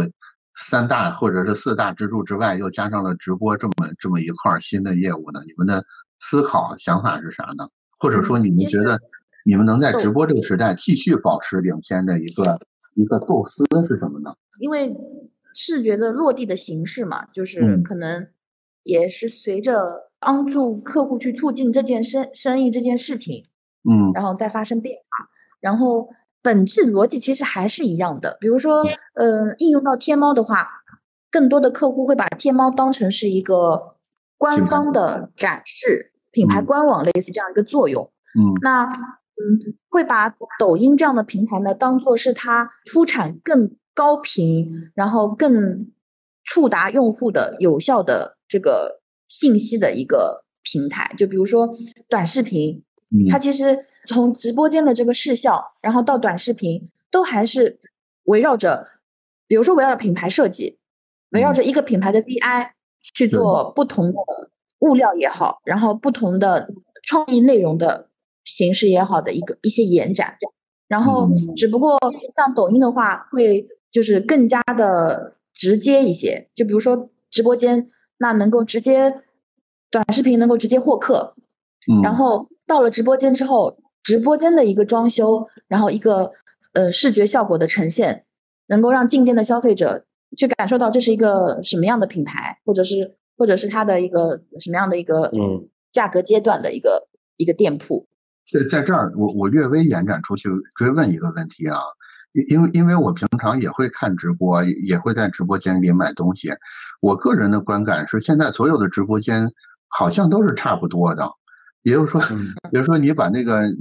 3大或者是4大支柱之外，又加上了直播这么一块新的业务呢？你们的思考想法是啥呢？或者说你们觉得你们能在直播这个时代继续保持领先的一个构思是什么呢？ 因为视觉的落地的形式嘛，就是可能也是随着帮助客户去促进这件生意这件事情，然后再发生变化，然后本质逻辑其实还是一样的。比如说，应用到天猫的话，更多的客户会把天猫当成是一个官方的展示，品牌官网类似这样一个作用。那会把抖音这样的平台呢，当做是它出产更高频，然后更触达用户的有效的这个信息的一个平台。就比如说短视频，它其实从直播间的这个视效，然后到短视频，都还是围绕着，比如说围绕着品牌设计，围绕着一个品牌的 VI 去做不同的物料也好，然后不同的创意内容的形式也好的一些延展。然后只不过像抖音的话，会就是更加的直接一些，就比如说直播间，那能够直接短视频能够直接获客，然后到了直播间之后，直播间的一个装修，然后一个视觉效果的呈现，能够让进店的消费者去感受到这是一个什么样的品牌，或者是它的一个什么样的一个价格阶段的一个店铺。 在这儿我略微延展出去追问一个问题啊，因为我平常也会看直播，也会在直播间里买东西。我个人的观感是，现在所有的直播间好像都是差不多的。也就是说，比如说你把那个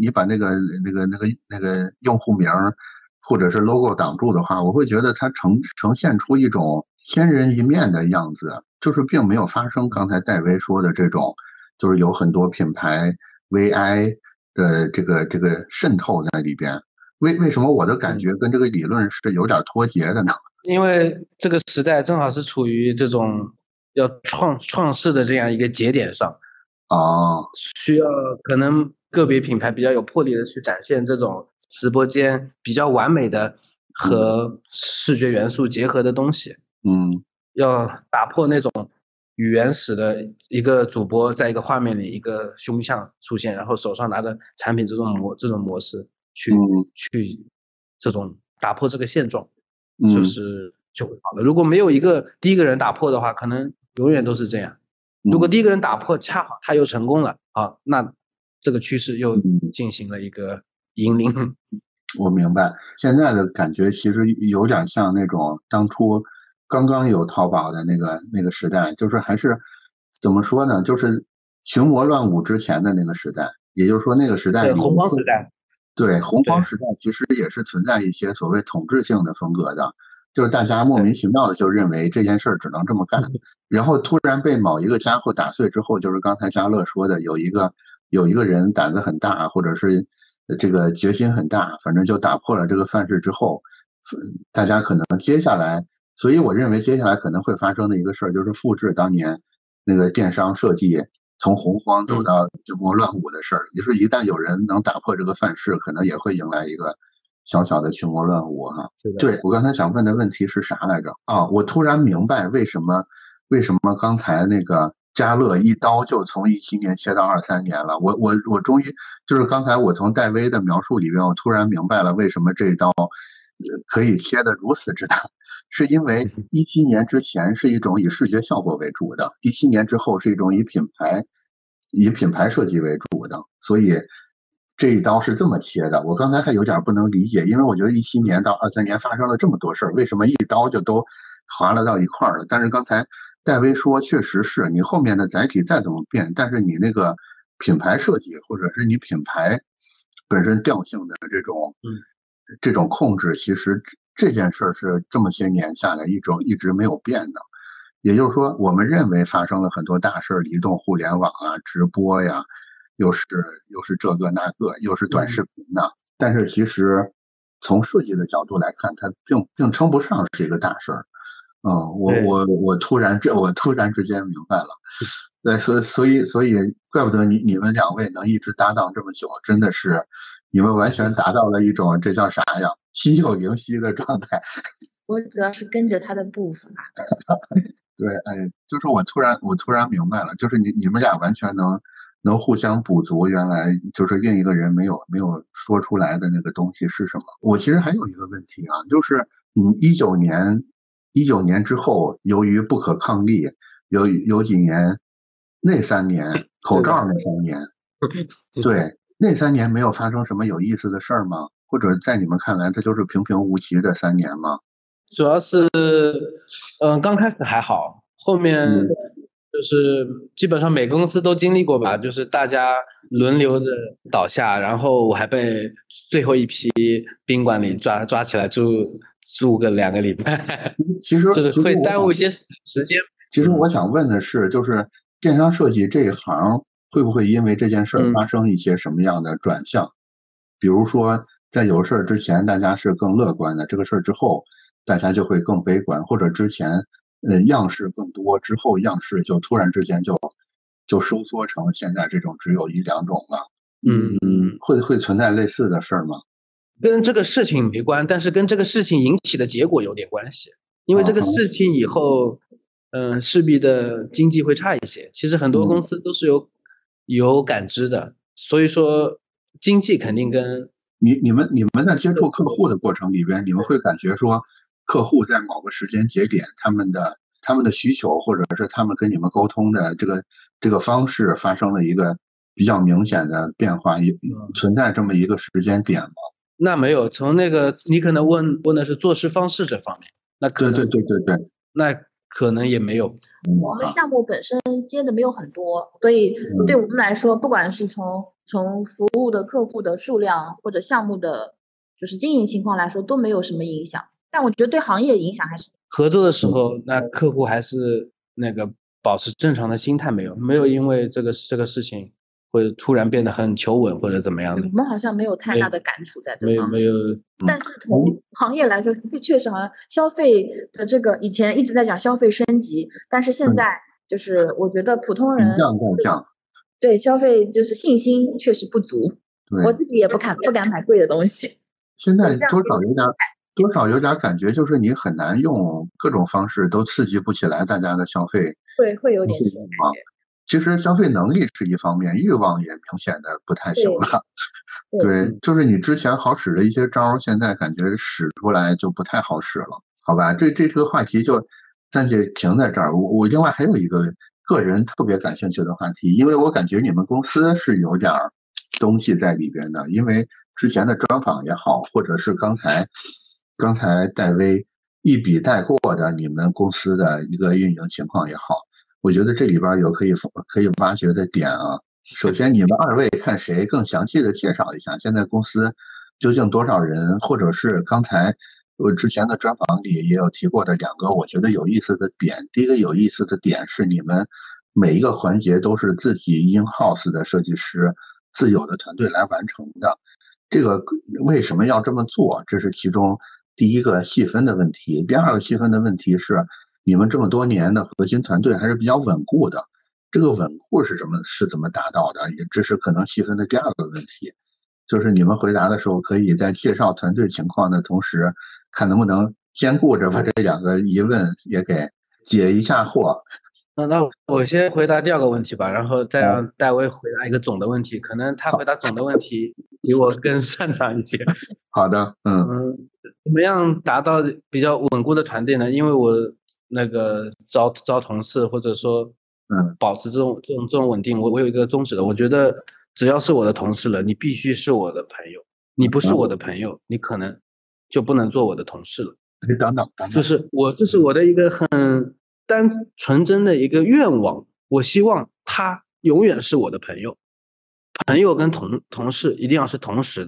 用户名或者是 logo 挡住的话，我会觉得它呈现出一种千人一面的样子，就是并没有发生刚才戴维说的这种，就是有很多品牌 VI 的这个渗透在里边。为什么我的感觉跟这个理论是有点脱节的呢？ 因为这个时代正好是处于这种要创世的这样一个节点上，需要可能个别品牌比较有魄力的去展现这种直播间比较完美的和视觉元素结合的东西。要打破那种原始的一个主播在一个画面里一个胸像出现，然后手上拿着产品这种模式去这种打破这个现状，就会好了。如果没有第一个人打破的话，可能永远都是这样。如果第一个人打破，恰好他又成功了啊，那这个趋势又进行了一个引领。 我明白，现在的感觉其实有点像那种当初刚刚有淘宝的那个时代，就是还是怎么说呢，就是群魔乱舞之前的那个时代。也就是说那个时代里， 洪荒时代。 对，洪荒时代其实也是存在一些所谓统治性的风格的，就是大家莫名其妙的就认为这件事儿只能这么干，然后突然被某一个家伙打碎之后，就是刚才嘉乐说的，有一个人胆子很大，或者是这个决心很大，反正就打破了这个范式之后，大家可能接下来，所以我认为接下来可能会发生的一个事儿，就是复制当年那个电商设计从洪荒走到群魔乱舞的事儿，也是一旦有人能打破这个范式，可能也会迎来一个小小的群魔乱舞哈。对，我刚才想问的问题是啥来着？我突然明白为什么刚才那个嘉乐一刀就从17年切到23年了。我终于就是刚才我从戴威的描述里边，我突然明白了为什么这一刀可以切得如此之大，是因为17年之前是一种以视觉效果为主的，17年之后是一种以品牌设计为主的，所以这一刀是这么切的。我刚才还有点不能理解，因为我觉得17年到23年发生了这么多事儿，为什么一刀就都划了到一块儿了？但是刚才戴维说，确实是你后面的载体再怎么变，但是你那个品牌设计或者是你品牌本身调性的这种这种控制，其实这件事是这么些年下来一直没有变的。也就是说，我们认为发生了很多大事，移动互联网啊，直播呀，又是这个那个，又是短视频呐。但是其实从设计的角度来看，它并称不上是一个大事儿。我突然之间明白了。对，所以怪不得你们两位能一直搭档这么久，真的是你们完全达到了一种这叫啥呀，心有灵犀的状态。 我主要是跟着他的步伐。 对，就是我突然明白了，就是你们俩完全能互相补足，原来就是另一个人没有说出来的那个东西是什么。我其实还有一个问题啊，就是19年之后，由于不可抗力，有几年，那3年口罩那3年，对，那3年没有发生什么有意思的事儿吗？或者在你们看来，这就是平平无奇的3年吗？ 主要是，刚开始还好，后面就是基本上每个公司都经历过吧，就是大家轮流着倒下，然后我还被最后一批宾馆里抓起来住个2个礼拜， 其实就是会耽误一些时间。 其实我想问的是，就是电商设计这一行会不会因为这件事发生一些什么样的转向？比如说，在有事儿之前，大家是更乐观的，这个事儿之后，大家就会更悲观，或者之前样式更多，之后样式就突然之间就收缩成现在这种只有1、2种了。会存在类似的事儿吗？ 跟这个事情没关，但是跟这个事情引起的结果有点关系。因为这个事情以后，势必的经济会差一些。其实很多公司都是有感知的，所以说经济肯定跟你们在接触客户的过程里边，你们会感觉说，客户在某个时间节点，他们的需求，或者是他们跟你们沟通的这个方式发生了一个比较明显的变化，存在这么一个时间点吗？ 那没有，从那个你可能问的是做事方式这方面，那可能对， 那可能也没有。 我们项目本身接的没有很多，所以对我们来说，不管是从服务的客户的数量或者项目的就是经营情况来说，都没有什么影响。但我觉得对行业影响还是合作的时候，那客户还是那个保持正常的心态，没有因为这个事情会突然变得很求稳或者怎么样的。 我们好像没有太大的感触在这方面。 没有。 但是从行业来说，确实好像消费的这个以前一直在讲消费升级，但是现在就是我觉得普通人对消费就是信心确实不足。我自己也不敢买贵的东西。 现在多少有点感觉，就是你很难用各种方式都刺激不起来大家的消费。 会有点这种感觉。 其实消费能力是一方面，欲望也明显的不太行了。对，就是你之前好使的一些招，现在感觉使出来就不太好使了，好吧？这个话题就暂且停在这儿。我另外还有一个个人特别感兴趣的话题，因为我感觉你们公司是有点东西在里边的，因为之前的专访也好，或者是刚才戴威一笔带过的你们公司的一个运营情况也好，我觉得这里边有可以挖掘的点啊。首先，你们2位看谁更详细的介绍一下现在公司究竟多少人，或者是刚才我之前的专访里也有提过的2个我觉得有意思的点。第一个有意思的点是你们每一个环节都是自己 in-house 的设计师自有的团队来完成的，这个为什么要这么做？这是其中第一个细分的问题。第2个细分的问题是你们这么多年的核心团队还是比较稳固的，这个稳固是怎么达到的？也这是可能细分的第2个问题，就是你们回答的时候可以在介绍团队情况的同时，看能不能兼顾着把这2个疑问也给解一下惑。 那我先回答第2个问题吧，然后再让戴威回答一个总的问题，可能他回答总的问题比我更擅长一些。 好的， 怎么样达到比较稳固的团队呢？因为我那个招同事或者说保持这种稳定，我有一个宗旨的，我觉得只要是我的同事了，你必须是我的朋友，你不是我的朋友，你可能就不能做我的同事了。 等等， 就是这是我的一个很纯真的一个愿望，我希望他永远是我的朋友。朋友跟同事一定要是同时的，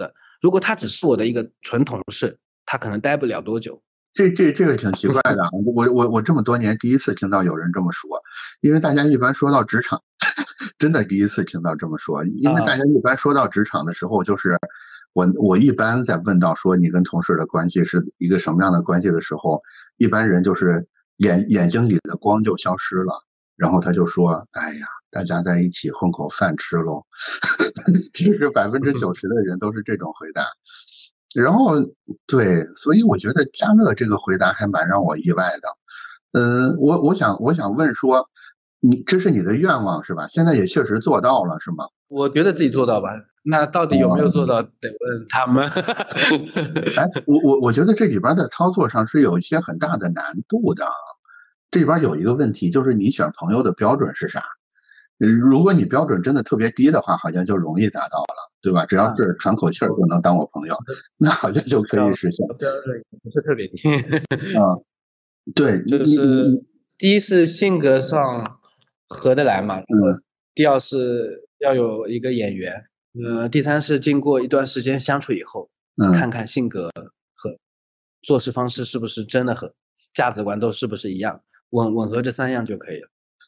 如果他只是我的一个纯同事，他可能待不了多久。 这个挺奇怪的，我这么多年第一次听到有人这么说，因为大家一般说到职场，真的第一次听到这么说，因为大家一般说到职场的时候，就是我一般在问到说你跟同事的关系是一个什么样的关系的时候，一般人就是眼睛里的光就消失了，然后他就说，哎呀，大家在一起混口饭吃喽，其实90%的人都是这种回答。然后对，所以我觉得嘉乐这个回答还蛮让我意外的。我想问说，这是你的愿望是吧？现在也确实做到了是吗？ 我觉得自己做到吧，那到底有没有做到，得问他们。 哎，我觉得这里边在操作上是有一些很大的难度的。这里边有一个问题，就是你选朋友的标准是啥？如果你标准真的特别低的话，好像就容易达到了，对吧？只要是喘口气儿就能当我朋友，那好像就可以实现。 标准不是特别低。 对， 就是第一是性格上合得来嘛，第二是要有一个眼缘，第三是经过一段时间相处以后，看看性格和做事方式是不是真的和价值观都是不是一样，吻合这3样就可以了。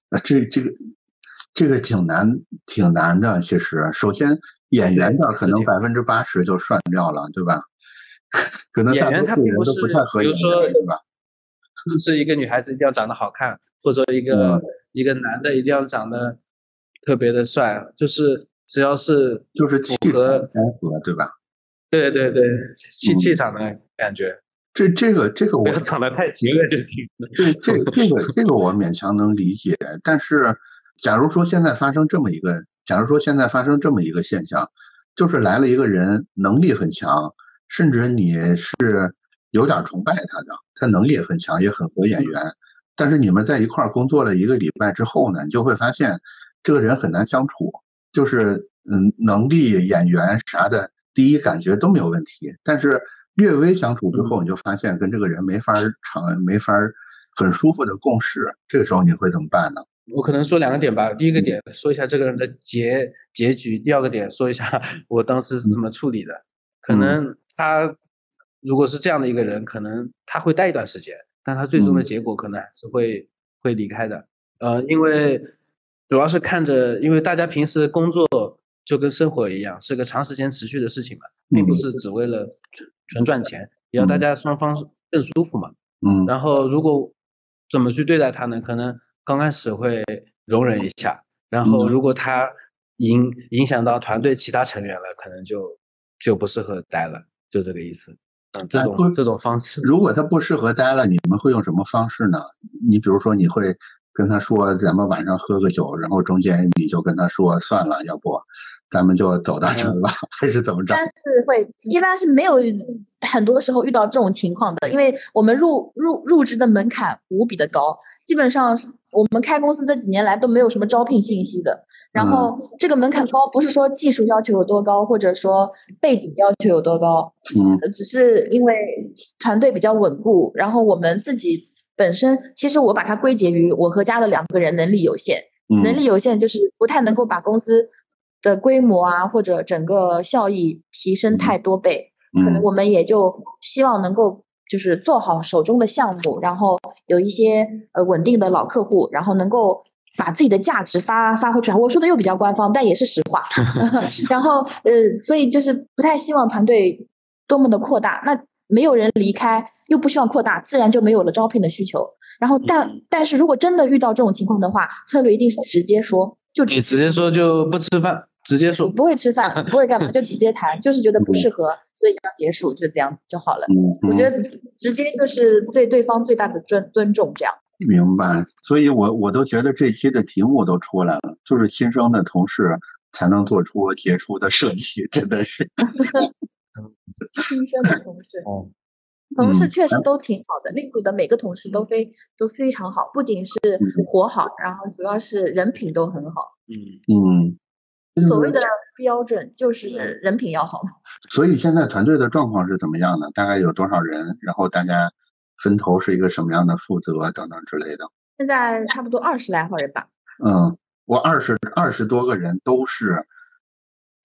这个挺难的，其实首先演员的可能80%就涮掉了，对吧？可能大多数人都不太合演员，对吧？ 是一个女孩子一定要长得好看，或者一个男的一定要长得特别的帅，就是只要是就是气场相合，对吧？ 对，气场的感觉。 这个我不要长得太邪恶就行。 对，这个我勉强能理解，但是假如说现在发生这么一个现象，就是来了一个人能力很强，甚至你是有点崇拜他的，他能力也很强，也很合眼缘，但是你们在一块儿工作了1个礼拜之后呢，你就会发现这个人很难相处，就是能力眼缘啥的第一感觉都没有问题，但是略微相处之后，你就发现跟这个人没法很舒服的共事，这个时候你会怎么办呢？ 我可能说2个点吧，第一个点说一下这个人的结局，第二个点说一下我当时是怎么处理的。可能他如果是这样的一个人，可能他会待一段时间，但他最终的结果可能还是会离开的。因为主要是看着，因为大家平时工作就跟生活一样，是个长时间持续的事情嘛，并不是只为了纯赚钱，也要大家双方更舒服嘛。然后如果怎么去对待他呢？可能刚开始会容忍一下，然后如果他影响到团队其他成员了，可能就不适合待了，就这个意思。这种方式。 如果他不适合待了，你们会用什么方式呢？你比如说，你会跟他说咱们晚上喝个酒，然后中间你就跟他说算了，要不咱们就走到这儿吧，还是怎么着？ 一般是没有很多时候遇到这种情况的，因为我们入职的门槛无比的高，基本上我们开公司这几年来都没有什么招聘信息的。然后这个门槛高，不是说技术要求有多高，或者说背景要求有多高，只是因为团队比较稳固，然后我们自己本身，其实我把它归结于我和嘉乐2个人能力有限，能力有限就是不太能够把公司的规模啊或者整个效益提升太多倍，可能我们也就希望能够就是做好手中的项目，然后有一些稳定的老客户，然后能够把自己的价值发挥出来。我说的又比较官方，但也是实话。然后所以就是不太希望团队多么的扩大，那没有人离开，又不希望扩大，自然就没有了招聘的需求。然后但是如果真的遇到这种情况的话，策略一定是直接说， 你直接说就不吃饭，直接说不会吃饭，不会干嘛，就直接谈，就是觉得不适合，所以要结束，就这样就好了。我觉得直接就是对对方最大的尊重，这样。 明白，所以我都觉得这期的题目都出来了，就是新生的同事才能做出杰出的设计，真的是。 新生的同事，同事确实都挺好的，利谷的每个同事都非常好，不仅是活好，然后主要是人品都很好。所谓的标准就是人品要好嘛。 所以现在团队的状况是怎么样的？大概有多少人？然后大家分头是一个什么样的负责等等之类的？ 现在差不多20来号人吧。 我20多个人都是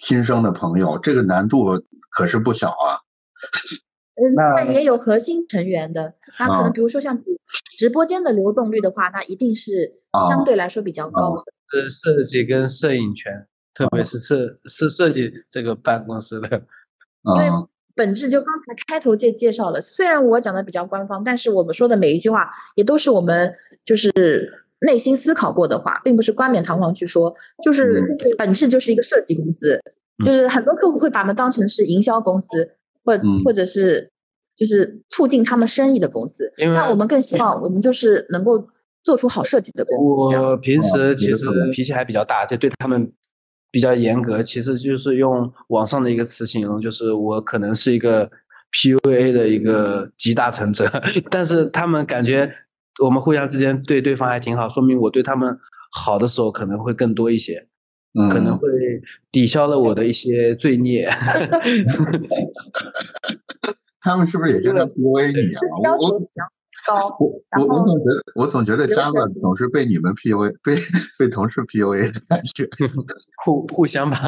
新生的朋友，这个难度可是不小啊。 那也有核心成员的，那可能比如说像直播间的流动率的话，那一定是相对来说比较高的。 是设计跟摄影圈，特别是设计这个办公室的， 因为本质就刚才开头介绍了，虽然我讲的比较官方，但是我们说的每一句话也都是我们就是内心思考过的话，并不是冠冕堂皇去说，就是本质就是一个设计公司，就是很多客户会把我们当成是营销公司，或者是就是促进他们生意的公司，但我们更希望我们就是能够做出好设计的公司。 我平时其实脾气还比较大，就对他们比较严格，其实就是用网上的一个词形容，就是我可能是一个 PUA 的一个集大成者，但是他们感觉我们互相之间对对方还挺好，说明我对他们好的时候可能会更多一些，可能会抵消了我的一些罪孽。 他们是不是也经常 PUA 你啊？ 要求比较高， 我总觉得嘉乐总是被你们 PUA， 被同事 PUA 的感觉。 互相吧。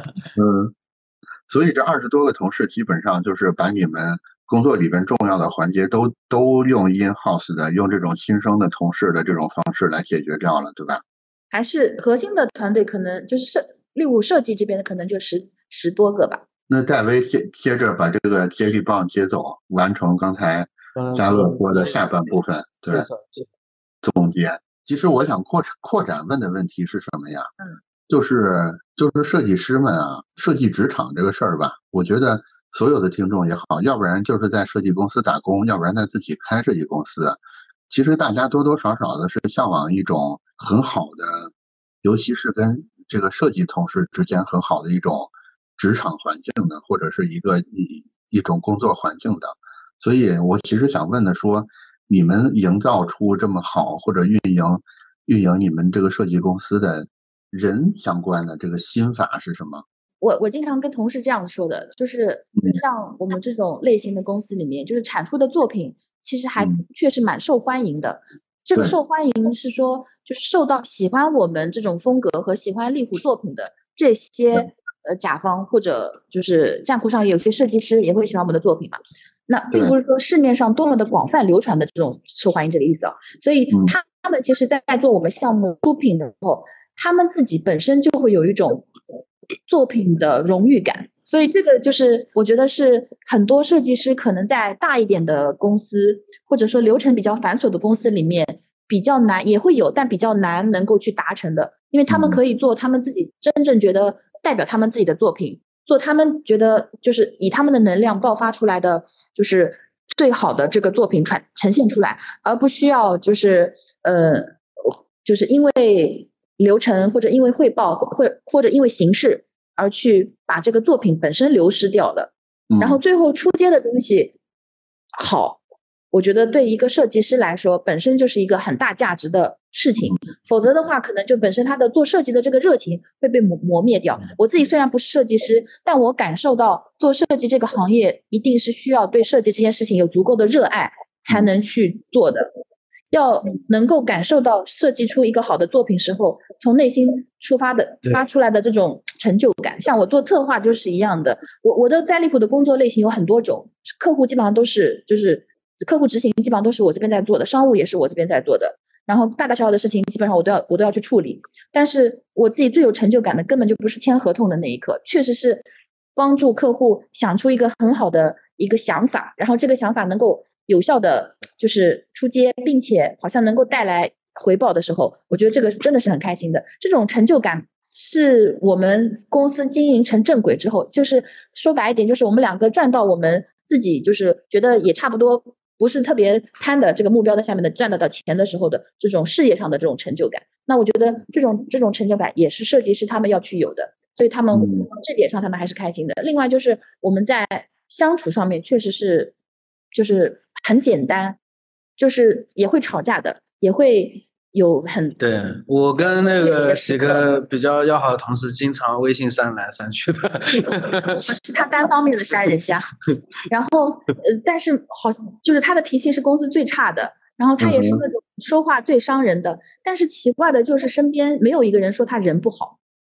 所以这20多个同事基本上就是把你们工作里边重要的环节都用 in-house 的，用这种新生的同事的这种方式来解决掉了，对吧？ 还是核心的团队可能就是例如设计这边的可能就十多个吧。 那戴维接着把这个接力棒接走，完成刚才嘉乐说的下半部分。对，总结。其实我想扩展问的问题是什么呀？就是设计师们啊，设计职场这个事儿吧，我觉得所有的听众也好，要不然就是在设计公司打工，要不然在自己开设计公司。其实大家多多少少的是向往一种很好的，尤其是跟这个设计同事之间很好的一种职场环境的，或者是一种工作环境的。所以我其实想问的说，你们营造出这么好或者运营你们这个设计公司的人相关的这个心法是什么？ 我经常跟同事这样说的，就是像我们这种类型的公司里面，就是产出的作品其实还确实蛮受欢迎的。这个受欢迎是说，就是受到喜欢我们这种风格和喜欢丽虎作品的这些甲方，或者就是站库上也有些设计师也会喜欢我们的作品嘛。那并不是说市面上多么的广泛流传的这种受欢迎这个意思啊。所以他们其实在做我们项目出品的时候，他们自己本身就会有一种作品的荣誉感，所以这个就是我觉得是很多设计师可能在大一点的公司，或者说流程比较繁琐的公司里面比较难，也会有，但比较难能够去达成的，因为他们可以做他们自己真正觉得代表他们自己的作品，做他们觉得就是以他们的能量爆发出来的，就是最好的这个作品呈现出来，而不需要就是因为流程或者因为汇报或者因为形式而去把这个作品本身流失掉了，然后最后出街的东西好，我觉得对一个设计师来说本身就是一个很大价值的事情，否则的话可能就本身他的做设计的这个热情会被磨灭掉。我自己虽然不是设计师，但我感受到做设计这个行业一定是需要对设计这件事情有足够的热爱才能去做的，要能够感受到设计出一个好的作品时候从内心出发出来的这种成就感。像我做策划就是一样的，我的在利普的工作类型有很多种，客户基本上都是就是客户执行基本上都是我这边在做的，商务也是我这边在做的，然后大大小小的事情基本上我都要去处理。但是我自己最有成就感的根本就不是签合同的那一刻，确实是帮助客户想出一个很好的一个想法，然后这个想法能够有效的就是出街，并且好像能够带来回报的时候，我觉得这个真的是很开心的。这种成就感是我们公司经营成正轨之后，就是说白一点，就是我们两个赚到我们自己就是觉得也差不多不是特别贪的这个目标在下面的赚得到钱的时候的这种事业上的这种成就感。那我觉得这种成就感也是设计师他们要去有的，所以他们这点上他们还是开心的。另外就是我们在相处上面确实是就是很简单，就是也会吵架的，也会有很对，我跟那个几个比较要好的同事经常微信删来删去的。 是他单方面的删人家，然后但是好像就是他的脾气是公司最差的，然后他也是那种说话最伤人的，但是奇怪的就是身边没有一个人说他人不好，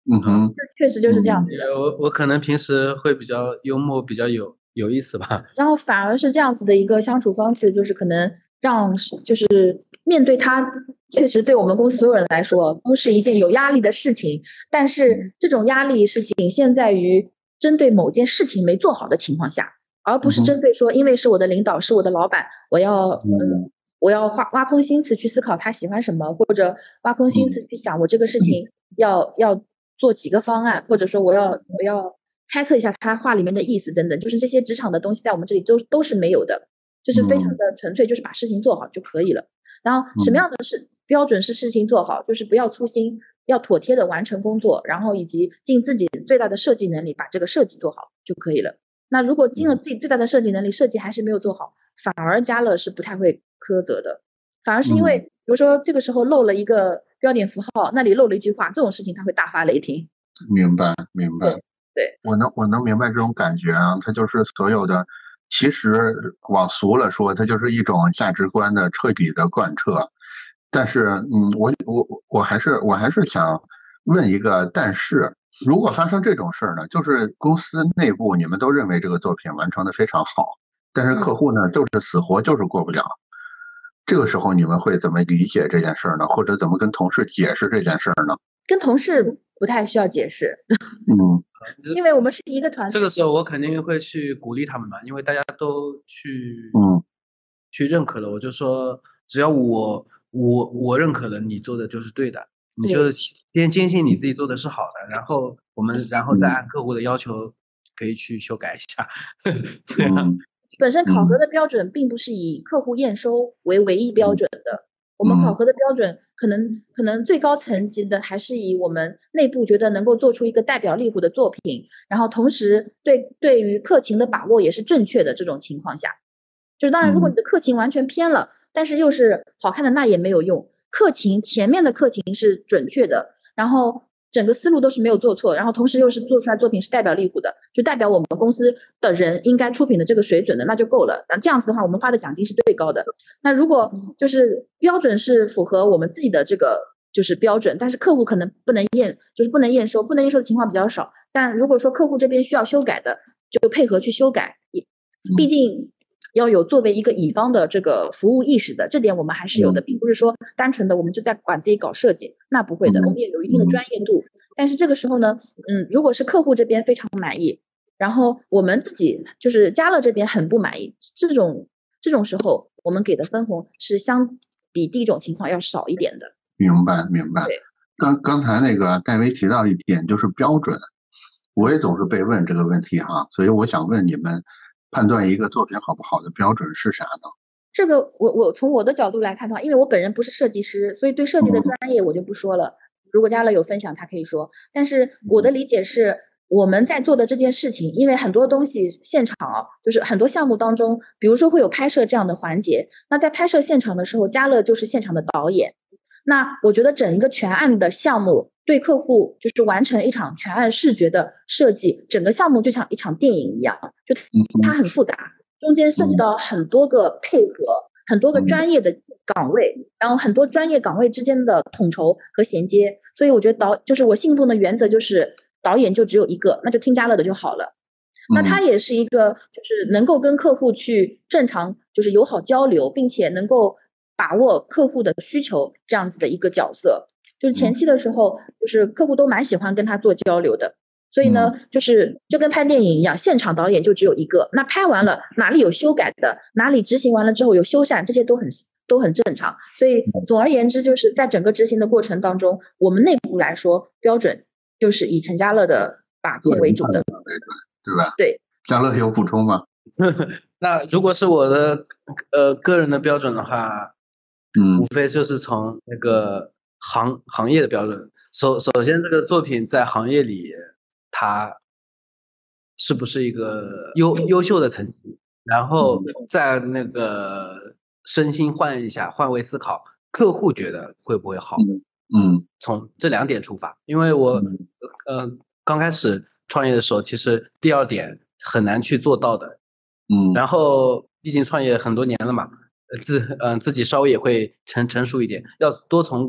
嗯哼， 这确实就是这样子的。 我可能平时会比较幽默，比较有意思吧。 然后反而是这样子的一个相处方式，就是可能让就是面对他，确实对我们公司所有人来说都是一件有压力的事情。但是这种压力是仅限在于针对某件事情没做好的情况下，而不是针对说因为是我的领导是我的老板，我要挖空心思去思考他喜欢什么，或者挖空心思去想我这个事情要做几个方案，或者说我要猜测一下他话里面的意思等等，就是这些职场的东西在我们这里都是没有的，就是非常的纯粹，就是把事情做好就可以了。然后什么样的标准是事情做好，就是不要粗心，要妥帖的完成工作，然后以及尽自己最大的设计能力把这个设计做好就可以了。那如果尽了自己最大的设计能力，设计还是没有做好，反而家乐是不太会苛责的，反而是因为比如说这个时候漏了一个标点符号，那里漏了一句话，这种事情他会大发雷霆。 明白。 对， 我能明白这种感觉啊，它就是所有的，其实往俗了说，它就是一种价值观的彻底的贯彻。但是，我还是想问一个，但是如果发生这种事儿呢，就是公司内部你们都认为这个作品完成的非常好，但是客户呢就是死活就是过不了，这个时候你们会怎么理解这件事儿呢？或者怎么跟同事解释这件事儿呢？ 跟同事不太需要解释， 嗯因为我们是一个团队。 这个时候我肯定会去鼓励他们嘛，因为大家都嗯去认可了，我就说只要我认可了你做的就是对的，你就先坚信你自己做的是好的，然后再按客户的要求可以去修改一下。这样本身考核的标准并不是以客户验收为唯一标准的，我们考核的标准可能最高层级的还是以我们内部觉得能够做出一个代表立户的作品，然后同时对于客情的把握也是正确的这种情况下，就是当然如果你的客情完全偏了，但是又是好看的那也没有用，前面的客情是准确的，然后整个思路都是没有做错，然后同时又是做出来作品是代表立户的，就代表我们公司的人应该出品的这个水准的，那就够了。这样子的话，我们发的奖金是最高的。那如果就是标准是符合我们自己的这个就是标准，但是客户可能不能验收的情况比较少。但如果说客户这边需要修改的，就配合去修改，毕竟要有作为一个乙方的这个服务意识的，这点我们还是有的，并不是说单纯的我们就在管自己搞设计，那不会的，我们也有一定的专业度。但是这个时候呢，如果是客户这边非常满意，然后我们自己就是家乐这边很不满意，这种时候，我们给的分红是相比第一种情况要少一点的。 明白。刚才那个戴维提到一点就是标准，我也总是被问这个问题哈，所以我想问你们，判断一个作品好不好的标准是啥呢？ 这个我从我的角度来看的话，因为我本人不是设计师，所以对设计的专业我就不说了。如果家乐有分享，他可以说。但是我的理解是，我们在做的这件事情，因为很多东西现场就是很多项目当中，比如说会有拍摄这样的环节，那在拍摄现场的时候，家乐就是现场的导演。那我觉得整一个全案的项目对客户就是完成一场全案视觉的设计，整个项目就像一场电影一样，就它很复杂，中间涉及到很多个配合，很多个专业的岗位，然后很多专业岗位之间的统筹和衔接。所以我觉得就是我信奉的原则就是导演就只有一个，那就听家乐的就好了。那他也是一个就是能够跟客户去正常就是友好交流，并且能够把握客户的需求这样子的一个角色。就是前期的时候，就是客户都蛮喜欢跟他做交流的。所以呢，就跟拍电影一样，现场导演就只有一个。那拍完了，哪里有修改的，哪里执行完了之后有修缮，这些都很正常。所以总而言之，就是在整个执行的过程当中，我们内部来说标准就是以陈家乐的把控为主的， 对吧？ 对。 家乐有补充吗？ 那如果是我的个人的标准的话，无非就是从那个行业的标准。首先，这个作品在行业里，它是不是一个优秀的成绩？然后再那个身心换位思考，客户觉得会不会好？从这2点出发。因为我刚开始创业的时候，其实第2点很难去做到的。然后毕竟创业很多年了嘛，自己稍微也会成熟一点，要多从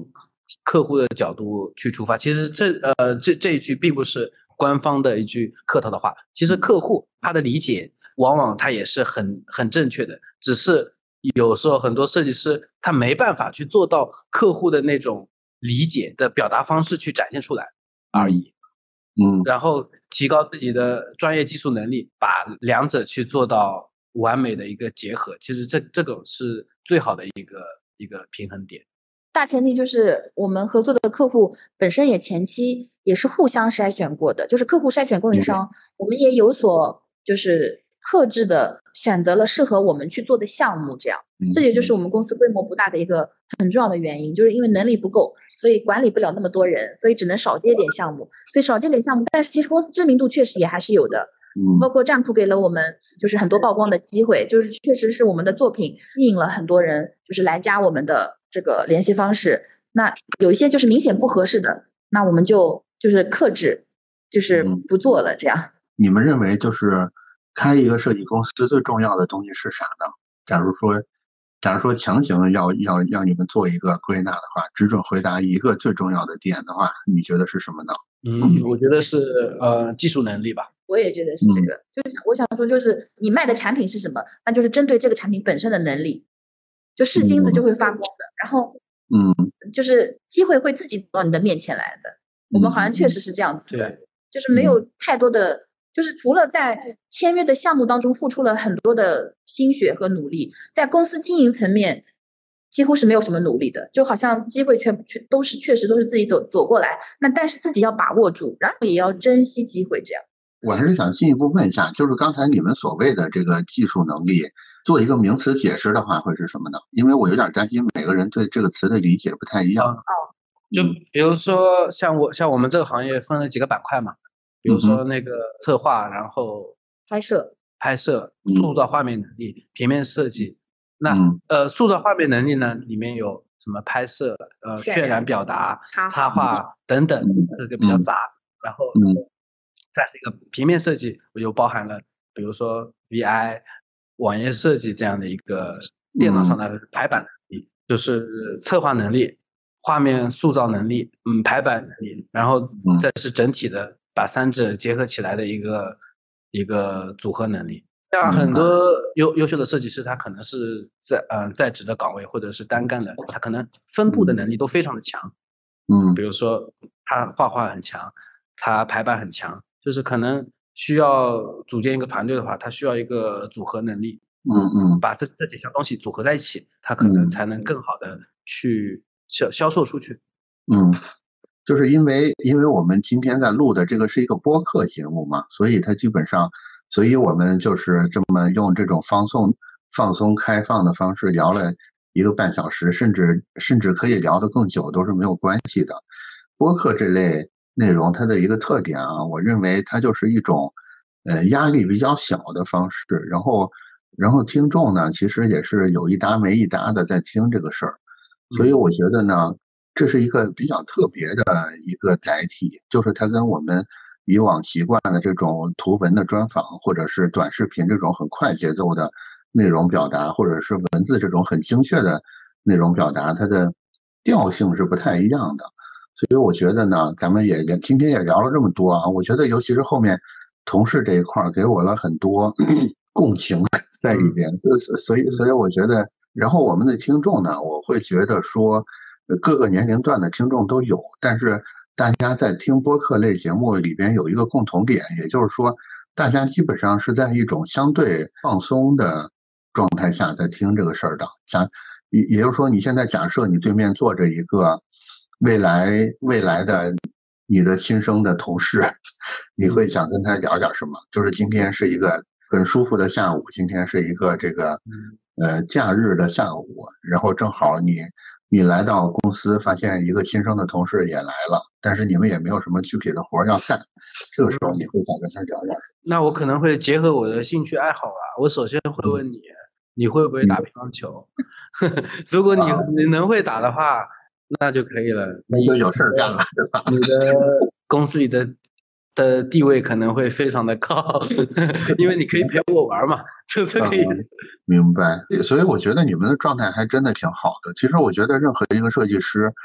客户的角度去出发。其实这一句并不是官方的一句客套的话，其实客户他的理解往往他也是很正确的，只是有时候很多设计师他没办法去做到客户的那种理解的表达方式去展现出来而已。然后提高自己的专业技术能力，把两者去做到完美的一个结合，其实这个是最好的一个平衡点。 大前提就是我们合作的客户本身也前期也是互相筛选过的，就是客户筛选供应商，我们也有所就是克制的选择了适合我们去做的项目，这样，这也就是我们公司规模不大的一个很重要的原因，就是因为能力不够，所以管理不了那么多人，所以只能少接点项目，但是其实公司知名度确实也还是有的。包括站铺给了我们就是很多曝光的机会，就是确实是我们的作品吸引了很多人，就是来加我们的这个联系方式。那有一些就是明显不合适的，那我们就是克制，就是不做了这样。 你们认为就是开一个设计公司最重要的东西是啥呢？假如说强行要你们做一个归纳的话，只准回答一个最重要的点的话，你觉得是什么呢？ 我觉得是技术能力吧。 我也觉得是这个，就是我想说，就是你卖的产品是什么，那就是针对这个产品本身的能力，就是金子就会发光的，然后就是机会会自己走到你的面前来的。我们好像确实是这样子的，就是没有太多的，就是除了在签约的项目当中付出了很多的心血和努力，在公司经营层面几乎是没有什么努力的，就好像机会确实都是自己走过来，那但是自己要把握住，然后也要珍惜机会这样。 我还是想进一步问一下，就是刚才你们所谓的这个技术能力，做一个名词解释的话会是什么呢？因为我有点担心每个人对这个词的理解不太一样。 就比如说像我们这个行业分了几个板块嘛，比如说那个策划，然后拍摄、 塑造画面能力、平面设计。那塑造画面能力呢，里面有什么拍摄、渲染表达、插画等等，这个比较杂。然后再是一个平面设计，我就包含了比如说 VI 网页设计这样的一个电脑上的排版能力，就是策划能力、画面塑造能力、排版能力，然后再是整体的把三者结合起来的一个组合能力。像很多优秀的设计师，他可能是在职的岗位或者是单干的，他可能分布的能力都非常的强。比如说他画画很强，他排版很强，就是可能需要组建一个团队的话，他需要一个组合能力。把这几项东西组合在一起，他可能才能更好的去销售出去。 就是因为我们今天在录的这个是一个播客节目嘛，所以它基本上，所以我们就是这么用这种放松开放的方式聊了1个半小时，甚至可以聊得更久都是没有关系的。播客这类内容它的一个特点啊，我认为它就是一种压力比较小的方式，然后听众呢其实也是有一搭没一搭的在听这个事儿，所以我觉得呢这是一个比较特别的一个载体，就是它跟我们以往习惯的这种图文的专访或者是短视频这种很快节奏的内容表达，或者是文字这种很精确的内容表达，它的调性是不太一样的。所以我觉得呢，咱们今天也聊了这么多啊，我觉得尤其是后面同事这一块给我了很多共情在里边，所以我觉得，然后我们的听众呢，我会觉得说各个年龄段的听众都有，但是大家在听播客类节目里边有一个共同点，也就是说大家基本上是在一种相对放松的状态下在听这个事儿的。也就是说你现在假设你对面坐着一个未来的你的亲生的同事，你会想跟他聊点什么？就是今天是一个很舒服的下午，今天是一个这个假日的下午，然后正好你来到公司，发现一个亲生的同事也来了，但是你们也没有什么具体的活要干，这个时候你会想跟他聊聊。 那我可能会结合我的兴趣爱好啊，我首先会问你会不会打乒乓球？如果你能会打的话，那就可以了， 那就有事儿干了，对吧？ 你的公司里的地位可能会非常的高，因为你可以陪我玩嘛，就这个意思。 明白。所以我觉得你们的状态还真的挺好的。其实我觉得任何一个设计师，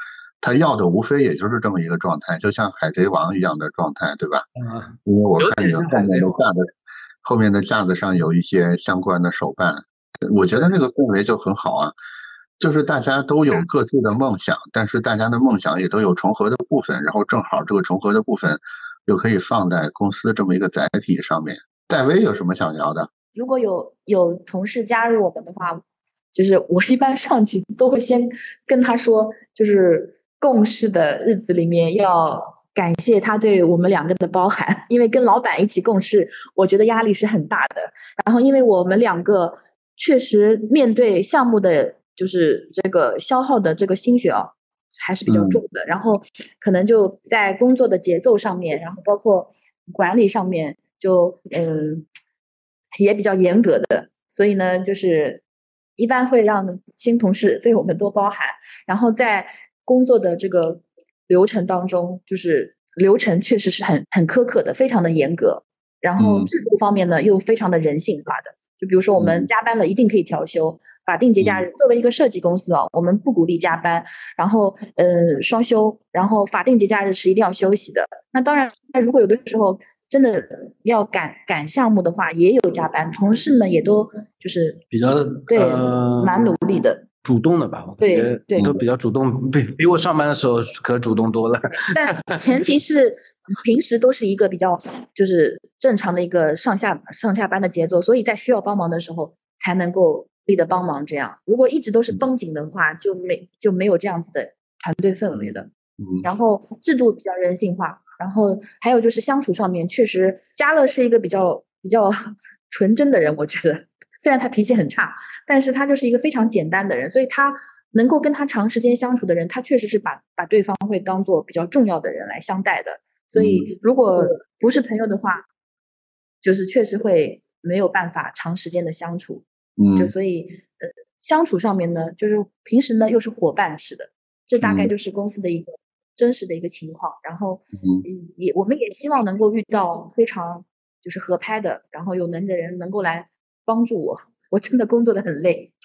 他要的无非也就是这么一个状态，就像海贼王一样的状态，对吧？因为我看你后面的架子上有一些相关的手办，我觉得那个氛围就很好啊。就是大家都有各自的梦想，但是大家的梦想也都有重合的部分，然后正好这个重合的部分又可以放在公司这么一个载体上面。戴薇有什么想聊的？ 如果有同事加入我们的话，就是我一般上去都会先跟他说，就是共事的日子里面要感谢他对我们两个的包涵，因为跟老板一起共事，我觉得压力是很大的。然后因为我们两个确实面对项目的就是这个消耗的这个心血还是比较重的，然后可能就在工作的节奏上面，然后包括管理上面就也比较严格的，所以呢就是一般会让新同事对我们多包涵，然后在工作的这个流程当中，就是流程确实是很苛刻的，非常的严格，然后制度方面呢又非常的人性化的。就比如说我们加班了一定可以调休，法定节假日作为一个设计公司我们不鼓励加班，然后双休，然后法定节假日是一定要休息的。那当然如果有的时候真的要赶项目的话也有加班，同事们也都就是比较对蛮努力的， 主动的吧，我觉得都比较主动，比我上班的时候可主动多了。 但前提是平时都是一个比较就是正常的一个上下班的节奏，所以在需要帮忙的时候才能够力的帮忙。这样如果一直都是绷紧的话，就没有这样子的团队氛围了。然后制度比较人性化，然后还有就是相处上面，确实嘉乐是一个比较纯真的人，我觉得虽然他脾气很差，但是他就是一个非常简单的人，所以他能够跟他长时间相处的人，他确实是把对方会当做比较重要的人来相待的。所以如果不是朋友的话，就是确实会没有办法长时间的相处。就所以相处上面呢，就是平时呢又是伙伴式的，这大概就是公司的一个真实的一个情况。然后我们也希望能够遇到非常就是合拍的，然后有能力的人能够来帮助我真的工作的很累。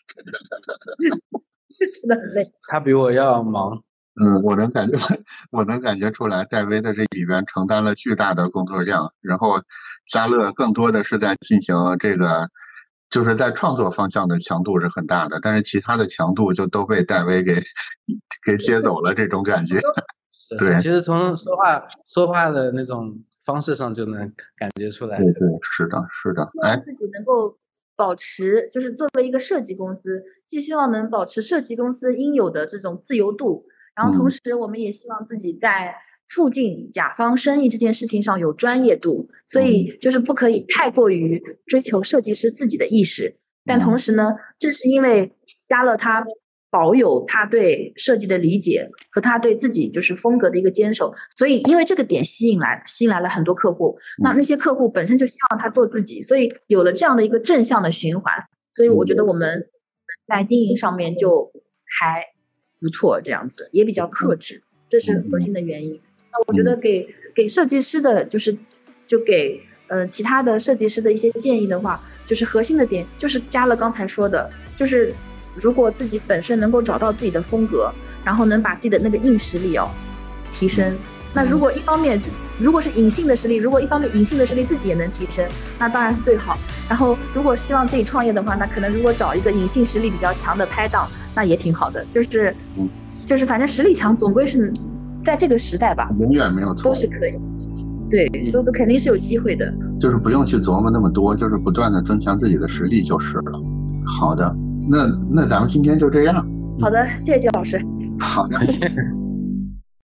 真的很累。 他比我要忙。 我能感觉出来，戴薇的这里边承担了巨大的工作量，然后嘉乐更多的是在进行这个，就是在创作方向的强度是很大的，但是其他的强度就都被戴薇给接走了，这种感觉。对， 其实从说话的那种方式上就能感觉出来。 对，是的。 希望自己能够保持，就是作为一个设计公司，既希望能保持设计公司应有的这种自由度，然后同时我们也希望自己在促进甲方生意这件事情上有专业度，所以就是不可以太过于追求设计师自己的意识，但同时呢，正是因为嘉乐他保有他对设计的理解和他对自己就是风格的一个坚守，所以因为这个点吸引来了很多客户，那些客户本身就希望他做自己，所以有了这样的一个正向的循环，所以我觉得我们在经营上面就还不错，这样子也比较克制，这是核心的原因。那我觉得给设计师的就给其他的设计师的一些建议的话，就是核心的点就是加了刚才说的，就是如果自己本身能够找到自己的风格，然后能把自己的那个硬实力提升，那如果一方面如果是隐性的实力，如果一方面隐性的实力自己也能提升，那当然是最好。然后如果希望自己创业的话，那可能如果找一个隐性实力比较强的拍档，那也挺好的。就是反正实力强总归是在这个时代吧， 永远没有错， 都是可以，对，都肯定是有机会的。 就是不用去琢磨那么多，就是不断的增强自己的实力就是了。好的，那咱们今天就这样。 好的，谢谢季老师。 好的。